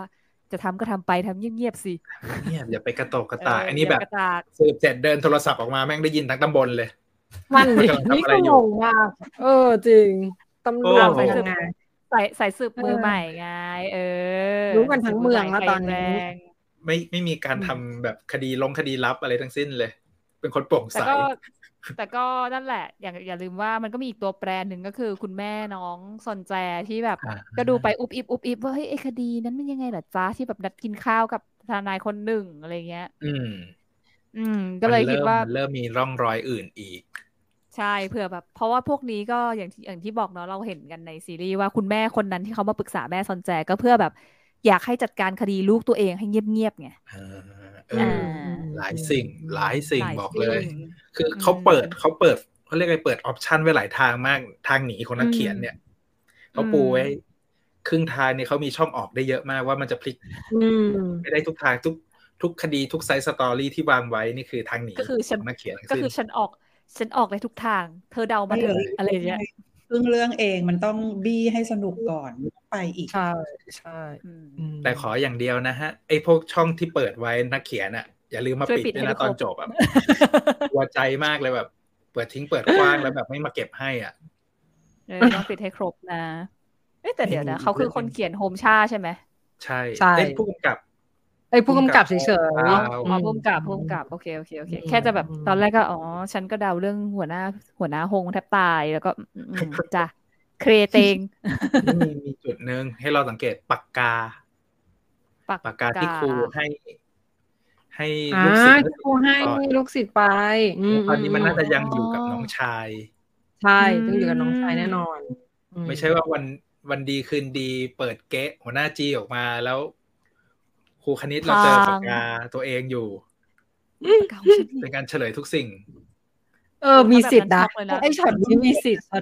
จะทำก็ทำไปทำเงียบๆสิเงียบอย่าไปกระโตกกระตากอันนี้อย่าแบบกระตากสืบเสร็จเดินโทรศัพท์ออกมาแม่งได้ยินทั้งตำบลเลยมันดิกำลังนี่ทำอะไรก็อง ยู่งมากจริงตำรวจโอ้ไปทำงานสายสืบมือใหม่ไงรู้กันทั้งเมืองแล้วตอนนี้ไม่มีการทำแบบคดีลับอะไรทั้งสิ้นเลย เป็นคนโปร่งใสแต่ก็นั่นแหละอย่าลืมว่ามันก็มีอีกตัวแปรหนึ่งก็คือคุณแม่น้องซอนแจที่แบบก็ดูไปอุบอิบว่าเฮ้ยไอ้คดีนั้นมันยังไงล่ะจ๊ะที่แบบนัดกินข้าวกับทนายคนหนึ่งอะไรเงี้ยก็เลยคิดว่ามันเริ่มมีร่องรอยอื่นอีกใช่เผื่อแบบเพราะว่าพวกนี้ก็อย่างที่บอกเนาะเราเห็นกันในซีรีส์ว่าคุณแม่คนนั้นที่เขามาปรึกษาแม่ซอนแจก็เพื่อแบบอยากให้จัดการคดีลูกตัวเองให้เงียบๆไงหลายสิ่งบอกเลยคือเขาเปิดเขาเรียกอะไรเปิดออปชันไว้หลายทางมากทางหนีคนนักเขียนเนี่ยเขาปูไว้ครึ่งทางเนี่ยเขามีช่องออกได้เยอะมากว่ามันจะพลิกไม่ได้ทุกทางทุกคดีทุกไซส์สตอรี่ที่วางไว้นี่คือทางหนีของนักเขียนก็คือฉันออกได้ทุกทางเธอเดามาเถอะอะไรเงี้ยเรื่องเองมันต้องบี้ให้สนุกก่อนไปอีกใช่แต่ขออย่างเดียวนะฮะไอ้พวกช่องที่เปิดไว้นักเขียนอ่ะอย่าลืมมาปิดด้วยนะตอนจบแบบหัวใจมากเลยแบบเปิดทิ้งเปิดกว้างแล้วแบบไม่มาเก็บให้อ่ะต้องปิดให้ครบนะแต่เดี๋ยวนะเขาคือคนเขียนโฮมชาใช่ไหมใช่ผู้กำกับผู้กำกับเฉยๆผู้กำกับโอเคแค่จะแบบตอนแรกก็ฉันก็เดาเรื่องหัวหน้าฮงแทบตายแล้วก็จ้ะเครเตงมีจุดนึงให้เราสังเกตปากกาที่ครูให้ลูกศิษย์ครูให้ลูกศิษย์ไปตอนนี้มันน่าจะยังอยู่กับน้องชายใช่ต้องอยู่กับน้องชายแน่นอนไม่ใช่ว่าวันดีคืนดีเปิดเก๊ะหัวหน้าจีออกมาแล้วครูคณิตเราเจอปากกาตัวเองอยู่เป็นการเฉลยทุกสิ่งมีสิทธิ์นะไอ้ช็อตนี้มีสิทธิ์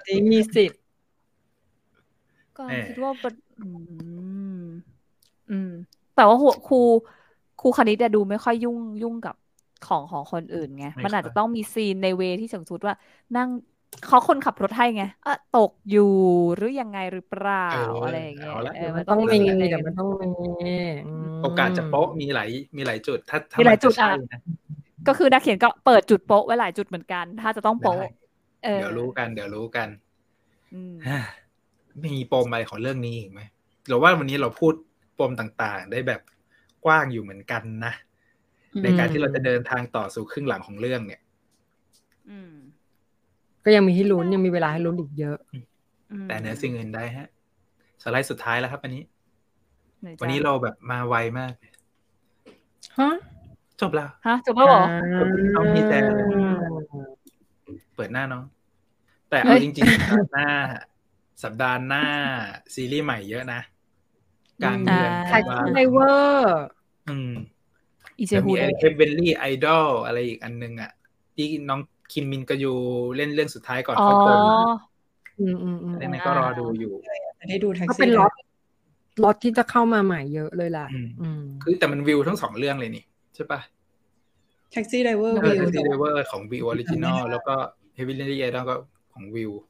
ก็คิดว่าแต่ว่าครูคณิตดูไม่ค่อยยุ่งกับของคนอื่นไงมันอาจจะต้องมีซีนในเวที่สมมติว่านั่งเขาคนขับรถให้ไงตกอยู่หรือยังไงหรือเปล่าอะไรอย่างเงี้ยมันต้องมีแต่มันต้องมีโอกาสจะโป๊ะมีหลายจุดถ้ามีหลายจุดก็คือนักเขียนก็เปิดจุดโป๊ะไว้หลายจุดเหมือนกันถ้าจะต้องโป๊ะเดี๋ยวรู้กันมีปมอะไรของเรื่องนี้อีกไหมหรือว่าวันนี้เราพูดปมต่างๆได้แบบกว้างอยู่เหมือนกันนะในการที่เราจะเดินทางต่อสู่ครึ่งหลังของเรื่องเนี่ยก็ยังมีให้ลุ้นยังมีเวลาให้ลุ้นอีกเยอะแต่เหนือสิ่งอื่นใดฮะสไลด์สุดท้ายแล้วครับวันนี้เราแบบมาไวมากจบแล้วจบแล้วเหรอน้องพี่แจเลยเปิดหน้าน้องแต่เอาจริงๆสัปดาห์หน้าซีรีส์ใหม่เยอะนะกลางเดือนไดเวอร์มีเฮฟเวนลี่ไอดอลอะไรอีกอันนึงอ่ะที่น้องคิมมินก็อยู่เล่นเรื่องสุดท้ายก่อนเข้ากรมเรื่องนั้นก็รอดูอยู่ได้ดูแท็กซี่ก็เป็นล็อตที่จะเข้ามาใหม่เยอะเลยล่ะคือแต่มันวิวทั้ง2เรื่องเลยนี่ใช่ปะแท็กซี่ไดเวอร์ของวิวออริจินอลแล้วก็เฮฟเวนลี่ไอดอลก็ของวิว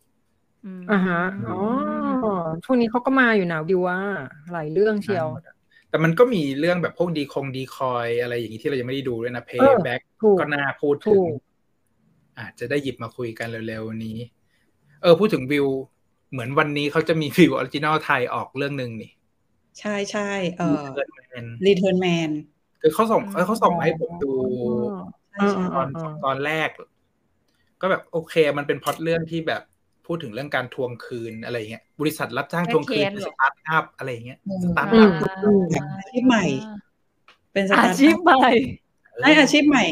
ช่วงนี้เขาก็มาอยู่นะวิวว่าหลายเรื่องเชียวแต่มันก็มีเรื่องแบบพวกดีคอยอะไรอย่างนี้ที่เรายังไม่ได้ดูด้วยนะ Payback ก็น่าพูดถึงอาจจะได้หยิบมาคุยกันเร็วๆนี้พูดถึงวิวเหมือนวันนี้เขาจะมีวิวออริจินอลไทยออกเรื่องนึงนี่ใช่Return Man คือเขาส่งมาให้ผมดูตอนแรกก็แบบโอเคมันเป็นพล็อตเรื่องที่แบบพูดถึงเรื่องการทวงคืนอะไรเงี้ยบริษัทรับจ้างทวงคืนสตาร์ทอัพอะไรเงี้ยสตาร์ทอัพอาชีพใหม่เป็นสตาร์ทอัพอาชีพใหม่อาชีพใหม่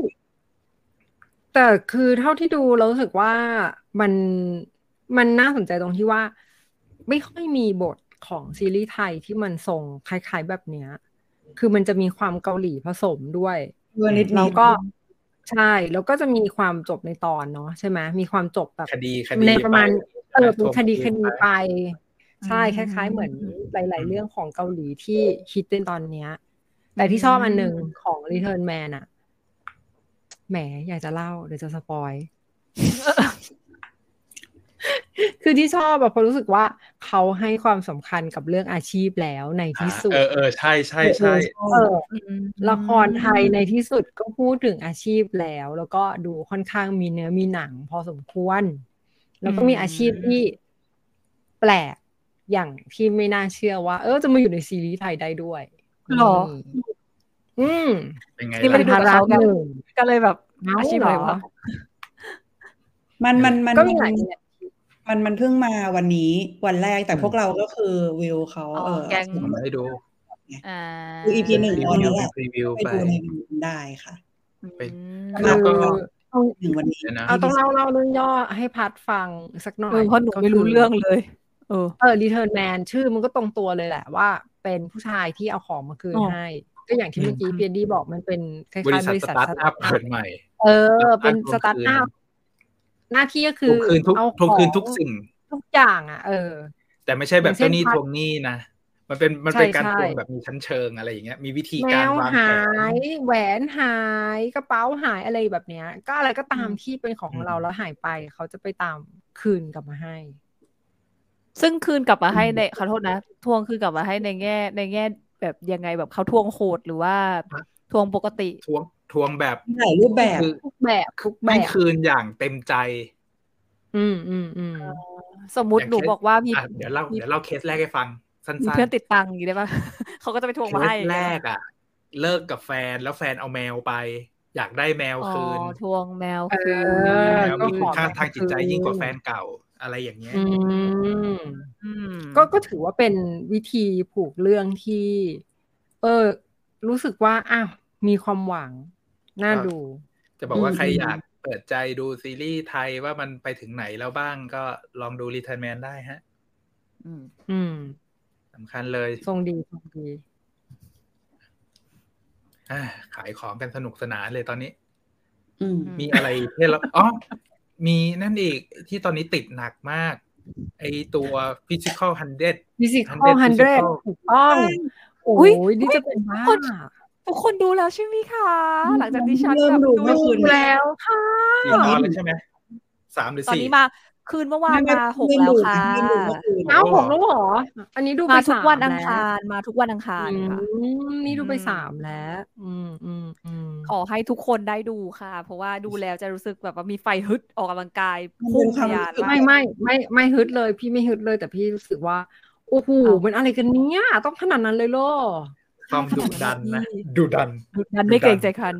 แต่คือเท่าที่ดูเรารู้สึกว่ามันน่าสนใจตรงที่ว่าไม่ค่อยมีบทของซีรีส์ไทยที่มันทรงคล้ายๆแบบเนี้ยคือมันจะมีความเกาหลีผสมด้วยแล้วก็ใช่แล้วก็จะมีความจบในตอนเนาะใช่ไหมมีความจบแบบคดีในประมาณเป็นคดีไปใช่คล้ายๆเหมือนหลายๆเรื่องของเกาหลีที่ฮิตในตอนเนี้ยแต่ที่ชอบอันหนึ่งของ Return Man อะแหมอยากจะเล่าเดี๋ยวจะสปอยคือที่ชอบแบบเพราะรู้สึกว่าเขาให้ความสำคัญกับเรื่องอาชีพแล้วในที่สุดใช่ใช่ใช่ละครไทยในที่สุดก็พูดถึงอาชีพแล้วก็ดูค่อนข้างมีเนื้อมีหนังพอสมควร แล้วก็มีอาชีพที่แปลกอย่างที่ไม่น่าเชื่อว่าจะมาอยู่ในซีรีส์ไทยได้ด้วยหรอเป็นไงนี่ไม่ล่ะได้ดูกับเขากันหนึ่งก็เลยแบบเอ้าอาชีพอะไรวะมันก็มีหลายมันเพิ่งมาวันนี้วันแรกแต่พวกเราก็คือวิวเขาแกงผมมาให้ดูดู EP 1ตอนนี้แหละพรีวิวไปไปดูในวิวได้ค่ะไปแล้วก็เอาถึงวันนี้เอาต้องเล่าเรื่องย่อให้พัดฟังสักหน่อยเพราะหนูไม่รู้เรื่องเลย Return Man ชื่อมันก็ตรงตัวเลยแหละว่าเป็นผู้ชายที่เอาของมาคืนให้ ก็อย่างที่เมื่อกี้เพียนดี้บอกมันเป็นคล้ายๆบริษัทสตาร์ทอัพเปิดใหม่เป็นสตาร์ทอัพหน้าที่ก็คือทวงคืนทุกสิ่งทุกอย่างอ่ะแต่ไม่ใช่แบบอย่างเช่นเจ้าหนี้ทวงหนี้นะมันเป็นการใช่ทวงแบบมีชั้นเชิงอะไรอย่างเงี้ยมีวิธีแมการววางหาแผนยแหวนหายกระเป๋าหายอะไรแบบเนี้ย ก็อะไรก็ตามที่เป็นของเราแล้วหายไปเขาจะไปตามคืนกลับมาให้ซึ่งคืนกลับมาให้ในขอโทษนะทวงคืนกลับมาให้ในแง่แบบยังไงแบบเขาทวงโหดหรือว่าทวงปกติทวงแบบหลายรูปแบบทุกแบบไม่คืนอย่างเต็มใจสมมุติหนูบอกว่ามีเดี๋ยวเล่าเคสแรกให้ฟังสั้นๆมีเพื่อนติดตังค์อย่างนี้ได้ปะ เขาก็จะไปทวงมาให้เคสแรกเลิกกับแฟนแล้วแฟนเอาแมวไป อยากได้แมวคืนทวงแมวคืนแมวมีคุณค่าทางจิตใจยิ่งกว่าแฟนเก่าอะไรอย่างเงี้ยก็ถือว่าเป็นวิธีผูกเรื่องที่รู้สึกว่ามีความหวังน่าดูจะบอกว่าใครอยากเปิดใจดูซีรีส์ไทยว่ามันไปถึงไหนแล้วบ้างก็ลองดู Return Man ได้ฮะสำคัญเลยทรงดีขายของกันสนุกสนานเลยตอนนี้มีอะไรที่เรามีนั่นอีกที่ตอนนี้ติดหนักมากไอตัว Physical 100 Physical 100ถูกต้องโอ้ยนี่จะเป็นบ้าทุกคนดูแล้วใช่ไหมคะหลังจากที่ฉันแบบดูแล้วค่ะ 4 ตอนแล้วใช่ไหม3 หรือ 4 ตอนนี้มาคืนเมื่อวานมา6แล้วค่ะ 6แล้วเหรออันนี้ดูไปมาทุกวันอังคารมาทุกวันอังคารค่ะนี่ดูไป3แล้วขอให้ทุกคนได้ดูค่ะเพราะว่าดูแล้วจะรู้สึกแบบว่ามีไฟฮึดออกกำลังกายพุ่งทะยานไม่ฮึดเลยพี่ไม่ฮึดเลยแต่พี่รู้สึกว่าโอ้โหมันอะไรกันเนี้ยต้องขนาดนั้นเลยเหรอความดุดันนะดุดันไม่เกรงใจคัน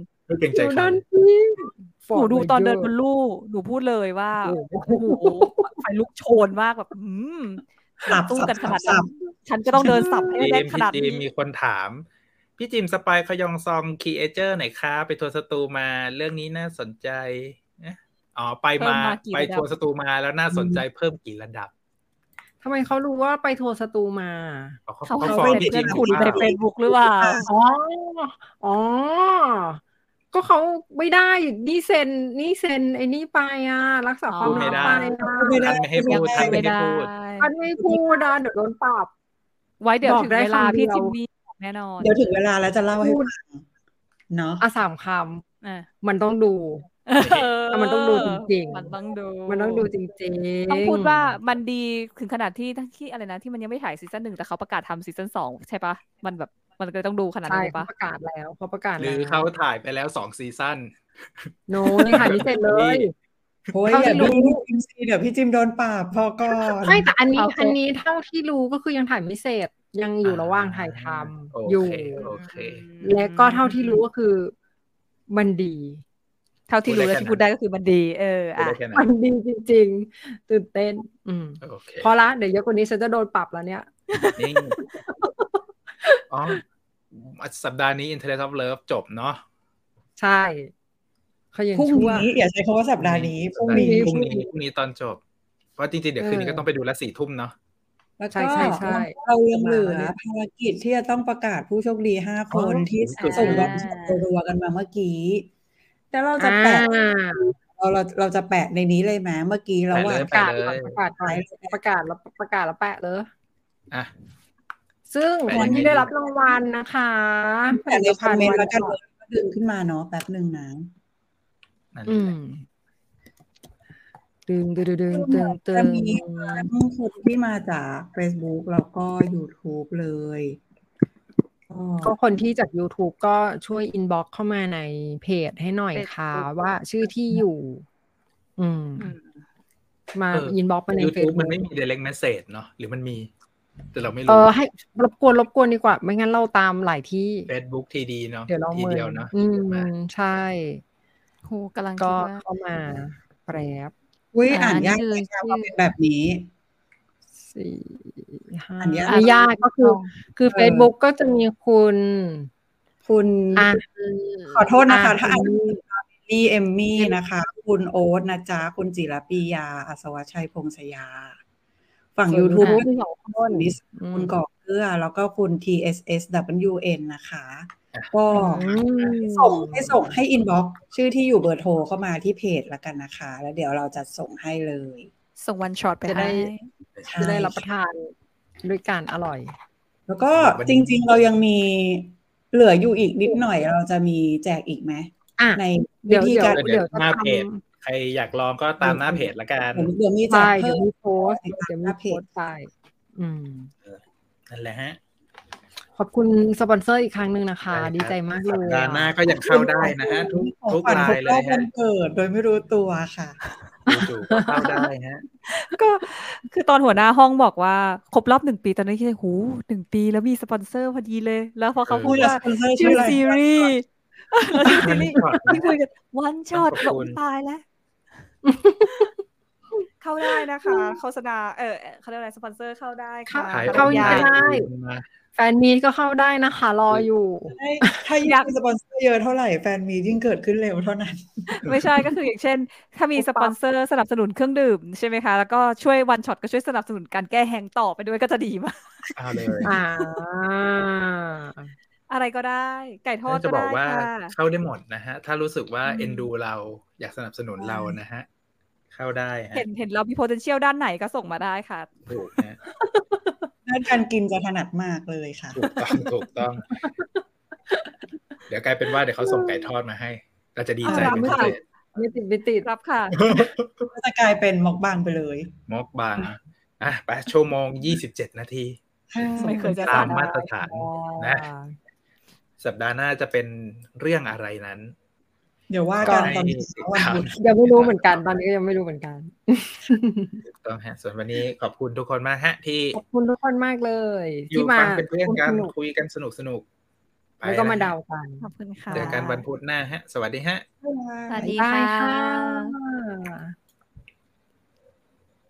หนูดูตอนเดินบนลู่หนูพูดเลยว่าโอ้โหไฟลุกโชนมากแบบสู้กันขนาดนั้นฉันก็ต้องเดินสับให้ได้ขนาดนี้มีคนถามพี่จิมสปายขยองซองคีเอเจอร์ไหนคะไปทัวร์สตูมาเรื่องนี้น่าสนใจไปทัวร์สตูมาแล้วน่าสนใจเพิ่มกี่ระดับทำไมเขารู้ว่าไปทัวร์สตูมาเขาเป็นเพื่อนคุณใน Facebook หรือเปล่าอ๋อก็เขาไม่ได้นี่เซ็นไอ้นี่ไปรักษาความลับไปไม่ให้พูดท่านไม่ให้พูดเดี๋ยวโดนปรับไว้เดี๋ยวถึงเวลาพี่จิมมี่แน่นอนเดี๋ยวถึงเวลาแล้วจะเล่าให้ฟังเนาะ 3 คำมันต้องดูมันต้องดูจริงๆมันต้องดูจริงๆต้องพูดว่ามันดีถึงขนาดที่อะไรนะที่มันยังไม่ถ่ายซีซั่น 1แต่เขาประกาศทำซีซั่น 2ใช่ปะมันแบบมันก็ต้องดูขนาดนั้นปะเขาประกาศแล้วหรือเขาถ่ายไปแล้ว2ซีซั่นโน้ยถ่ายไม่เสร็จเลยโอ้ยอย่าดูเดี๋ยวพี่จิมโดนปราบพอก่อนไม่แต่อันนี้เท่าที่รู้ก็คือยังถ่ายไม่เสร็จยังอยู่ระหว่างถ่ายทำอยู่และก็เท่าที่รู้ก็คือมันดีเท่าที่รู้และที่พูดได้ก็คือมันดีมันดีจริงๆตื่นเต้นพอละเดี๋ยวเยอะกว่านี้ฉันจะโดนปรับแล้วเนี่ยสัปดาห์นี้ Interest of Love จบเนาะใช่เขายังชั่วอย่าใช้คำว่าสัปดาห์นี้พรุ่งนี้ตอนจบเพราะจริงๆเดี๋ยวคืนนี้ก็ต้องไปดูละ 4 ทุ่มเนาะแล้วก็เรายังเหลือภารกิจที่จะต้องประกาศผู้โชคดี5 คนที่ส่งวันรัวกันมาเมื่อกี้แต่เราจะแปะเราจะแปะในนี้เลยไหมเมื่อกี้เราประกาศแล้วแปะเลยซึ่งคนที่ได้รับรางวัลนะคะแต่ในคอมเมนต์แล้วกันดึงขึ้นมาเนาะแป๊บนึงนะตึงตึงตึงตึงตึจะงมีทั้งคนที่มาจาก Facebook แล้วก็ YouTube เลยก็คนที่จาก YouTube ก็ช่วยอินบ็อกเข้ามาในเพจให้หน่อยค่ะ ว่าชื่อที่อยู่ มาอินบ็อกมาใน YouTube Facebook มันไม่มี direct message เนาะหรือมันมีแต่เราไม่รู้ให้รบกวนดีกว่า ไม่งั้นเราตามหลายที่ Facebook ทีดีเนาะเดี๋ยวเราทีเดียวเนาะใช่โหกำลังคิก็ดว่าเข้ามาแปรบอ่านยากคือเลยค่ะว่าเป็นแบบนี้ 4 5 อันยากไม่ยากก็คือ Facebook ก็จะมีคุณขอโทษนะคะถ้าอ่านลี่เอมมี่นะคะ คุณโอ๊ตนะจ๊ะคุณจิรปียาอัศวชัยพงศยา ฝั่ง YouTube มี2 คนคุณก่อเกื้อแล้วก็คุณ TSSWN นะคะก็ให้ส่งให้อินบ็อกซ์ชื่อที่อยู่เบอร์โทรเข้ามาที่เพจแล้วกันนะคะ แล้วเดี๋ยวเราจะส่งให้เลยส่งวันช็อตไปให้จะได้รับประทานด้วยการอร่อยแล้วก็จริงๆเรายังมีเหลืออยู่อีกนิดหน่อยเราจะมีแจกอีกไหมในวิธีการเดี๋ยวหน้าเพจใครอยากลองก็ตามหน้าเพจละกันเดี๋ยวมีแจกเพิ่มเดี๋ยวมีโพสต์ไปนั่นแหละฮะขอบคุณสปอนเซอร์อีกครั้งหนึ่งนะคะ ดีใจมากเลยสัปดาห์หน้าก็ยังเข้าได้นะฮะทุกรายเลยฮะเกิดโดยไม่รู้ตัวค่ะจู่ๆก็เข้าได้ฮะก็คือตอนหัวหน้าห้องบอกว่าครบรอบ1 ปีตอนนั้นคิดหู1 ปีแล้วมีสปอนเซอร์พอดีเลย แล้วพอเขาพูดว่าชื่อซีรีส์ที่คุยกันวันช็อตบอกตายแล้ว เข้าได้นะคะโฆษณาเขาเรียกอะไรสปอนเซอร์เข้าได้ค่ะเข้าได้แฟนมีก็เข้าได้นะคะรออยู่ถ้าอยากสปอนเซอร์เยอะเท่าไหร่แฟนมียิ่งเกิดขึ้นเร็วเท่านั้นไม่ใช่ก็คืออย่างเช่นถ้ามีสปอนเซอร์สนับสนุนเครื่องดื่มใช่ไหมคะแล้วก็ช่วยวันช็อตก็ช่วยสนับสนุนการแก้แฮงต่อไปด้วยก็จะดีมากเอาเลยอะไรก็ได้ไก่ทอดก็ได้ค่ะจะบอกว่าเข้าได้หมดนะฮะถ้ารู้สึกว่าเอ็นดูเราอยากสนับสนุนเรานะฮะเข้าได้ฮะเห็นเรามี potential ด้านไหนก็ส่งมาได้ค่ะถูกฮะด้านการกินจะถนัดมากเลยค่ะถูกต้องเดี๋ยวกลายเป็นว่าเดี๋ยวเขาส่งไก่ทอดมาให้เราจะดีใจเป็นพิเศษไม่ติดรับค่ะก็จะกลายเป็นมอกบางไปเลยมอกบางไปชั่วโมง27 นาทีไม่เคยจะตามมาตรฐานนะสัปดาห์หน้าจะเป็นเรื่องอะไรนั้นเดี๋ยวว่ากันตอนนี้ยังไม่รู้เหมือนกันตอนนี้ก็ยังไม่รู้เหมือนกันถูกต้องฮะส่วนวันนี้ขอบคุณทุกคนมากฮะที่ขอบคุณทุกคนมากเลยที่มาเป็นเพื่อนกันคุยกันสนุกแล้วก็มาเดากันขอบคุณค่ะเจอกันวันพุธหน้าฮะสวัสดีฮะสวัสดีค่ะ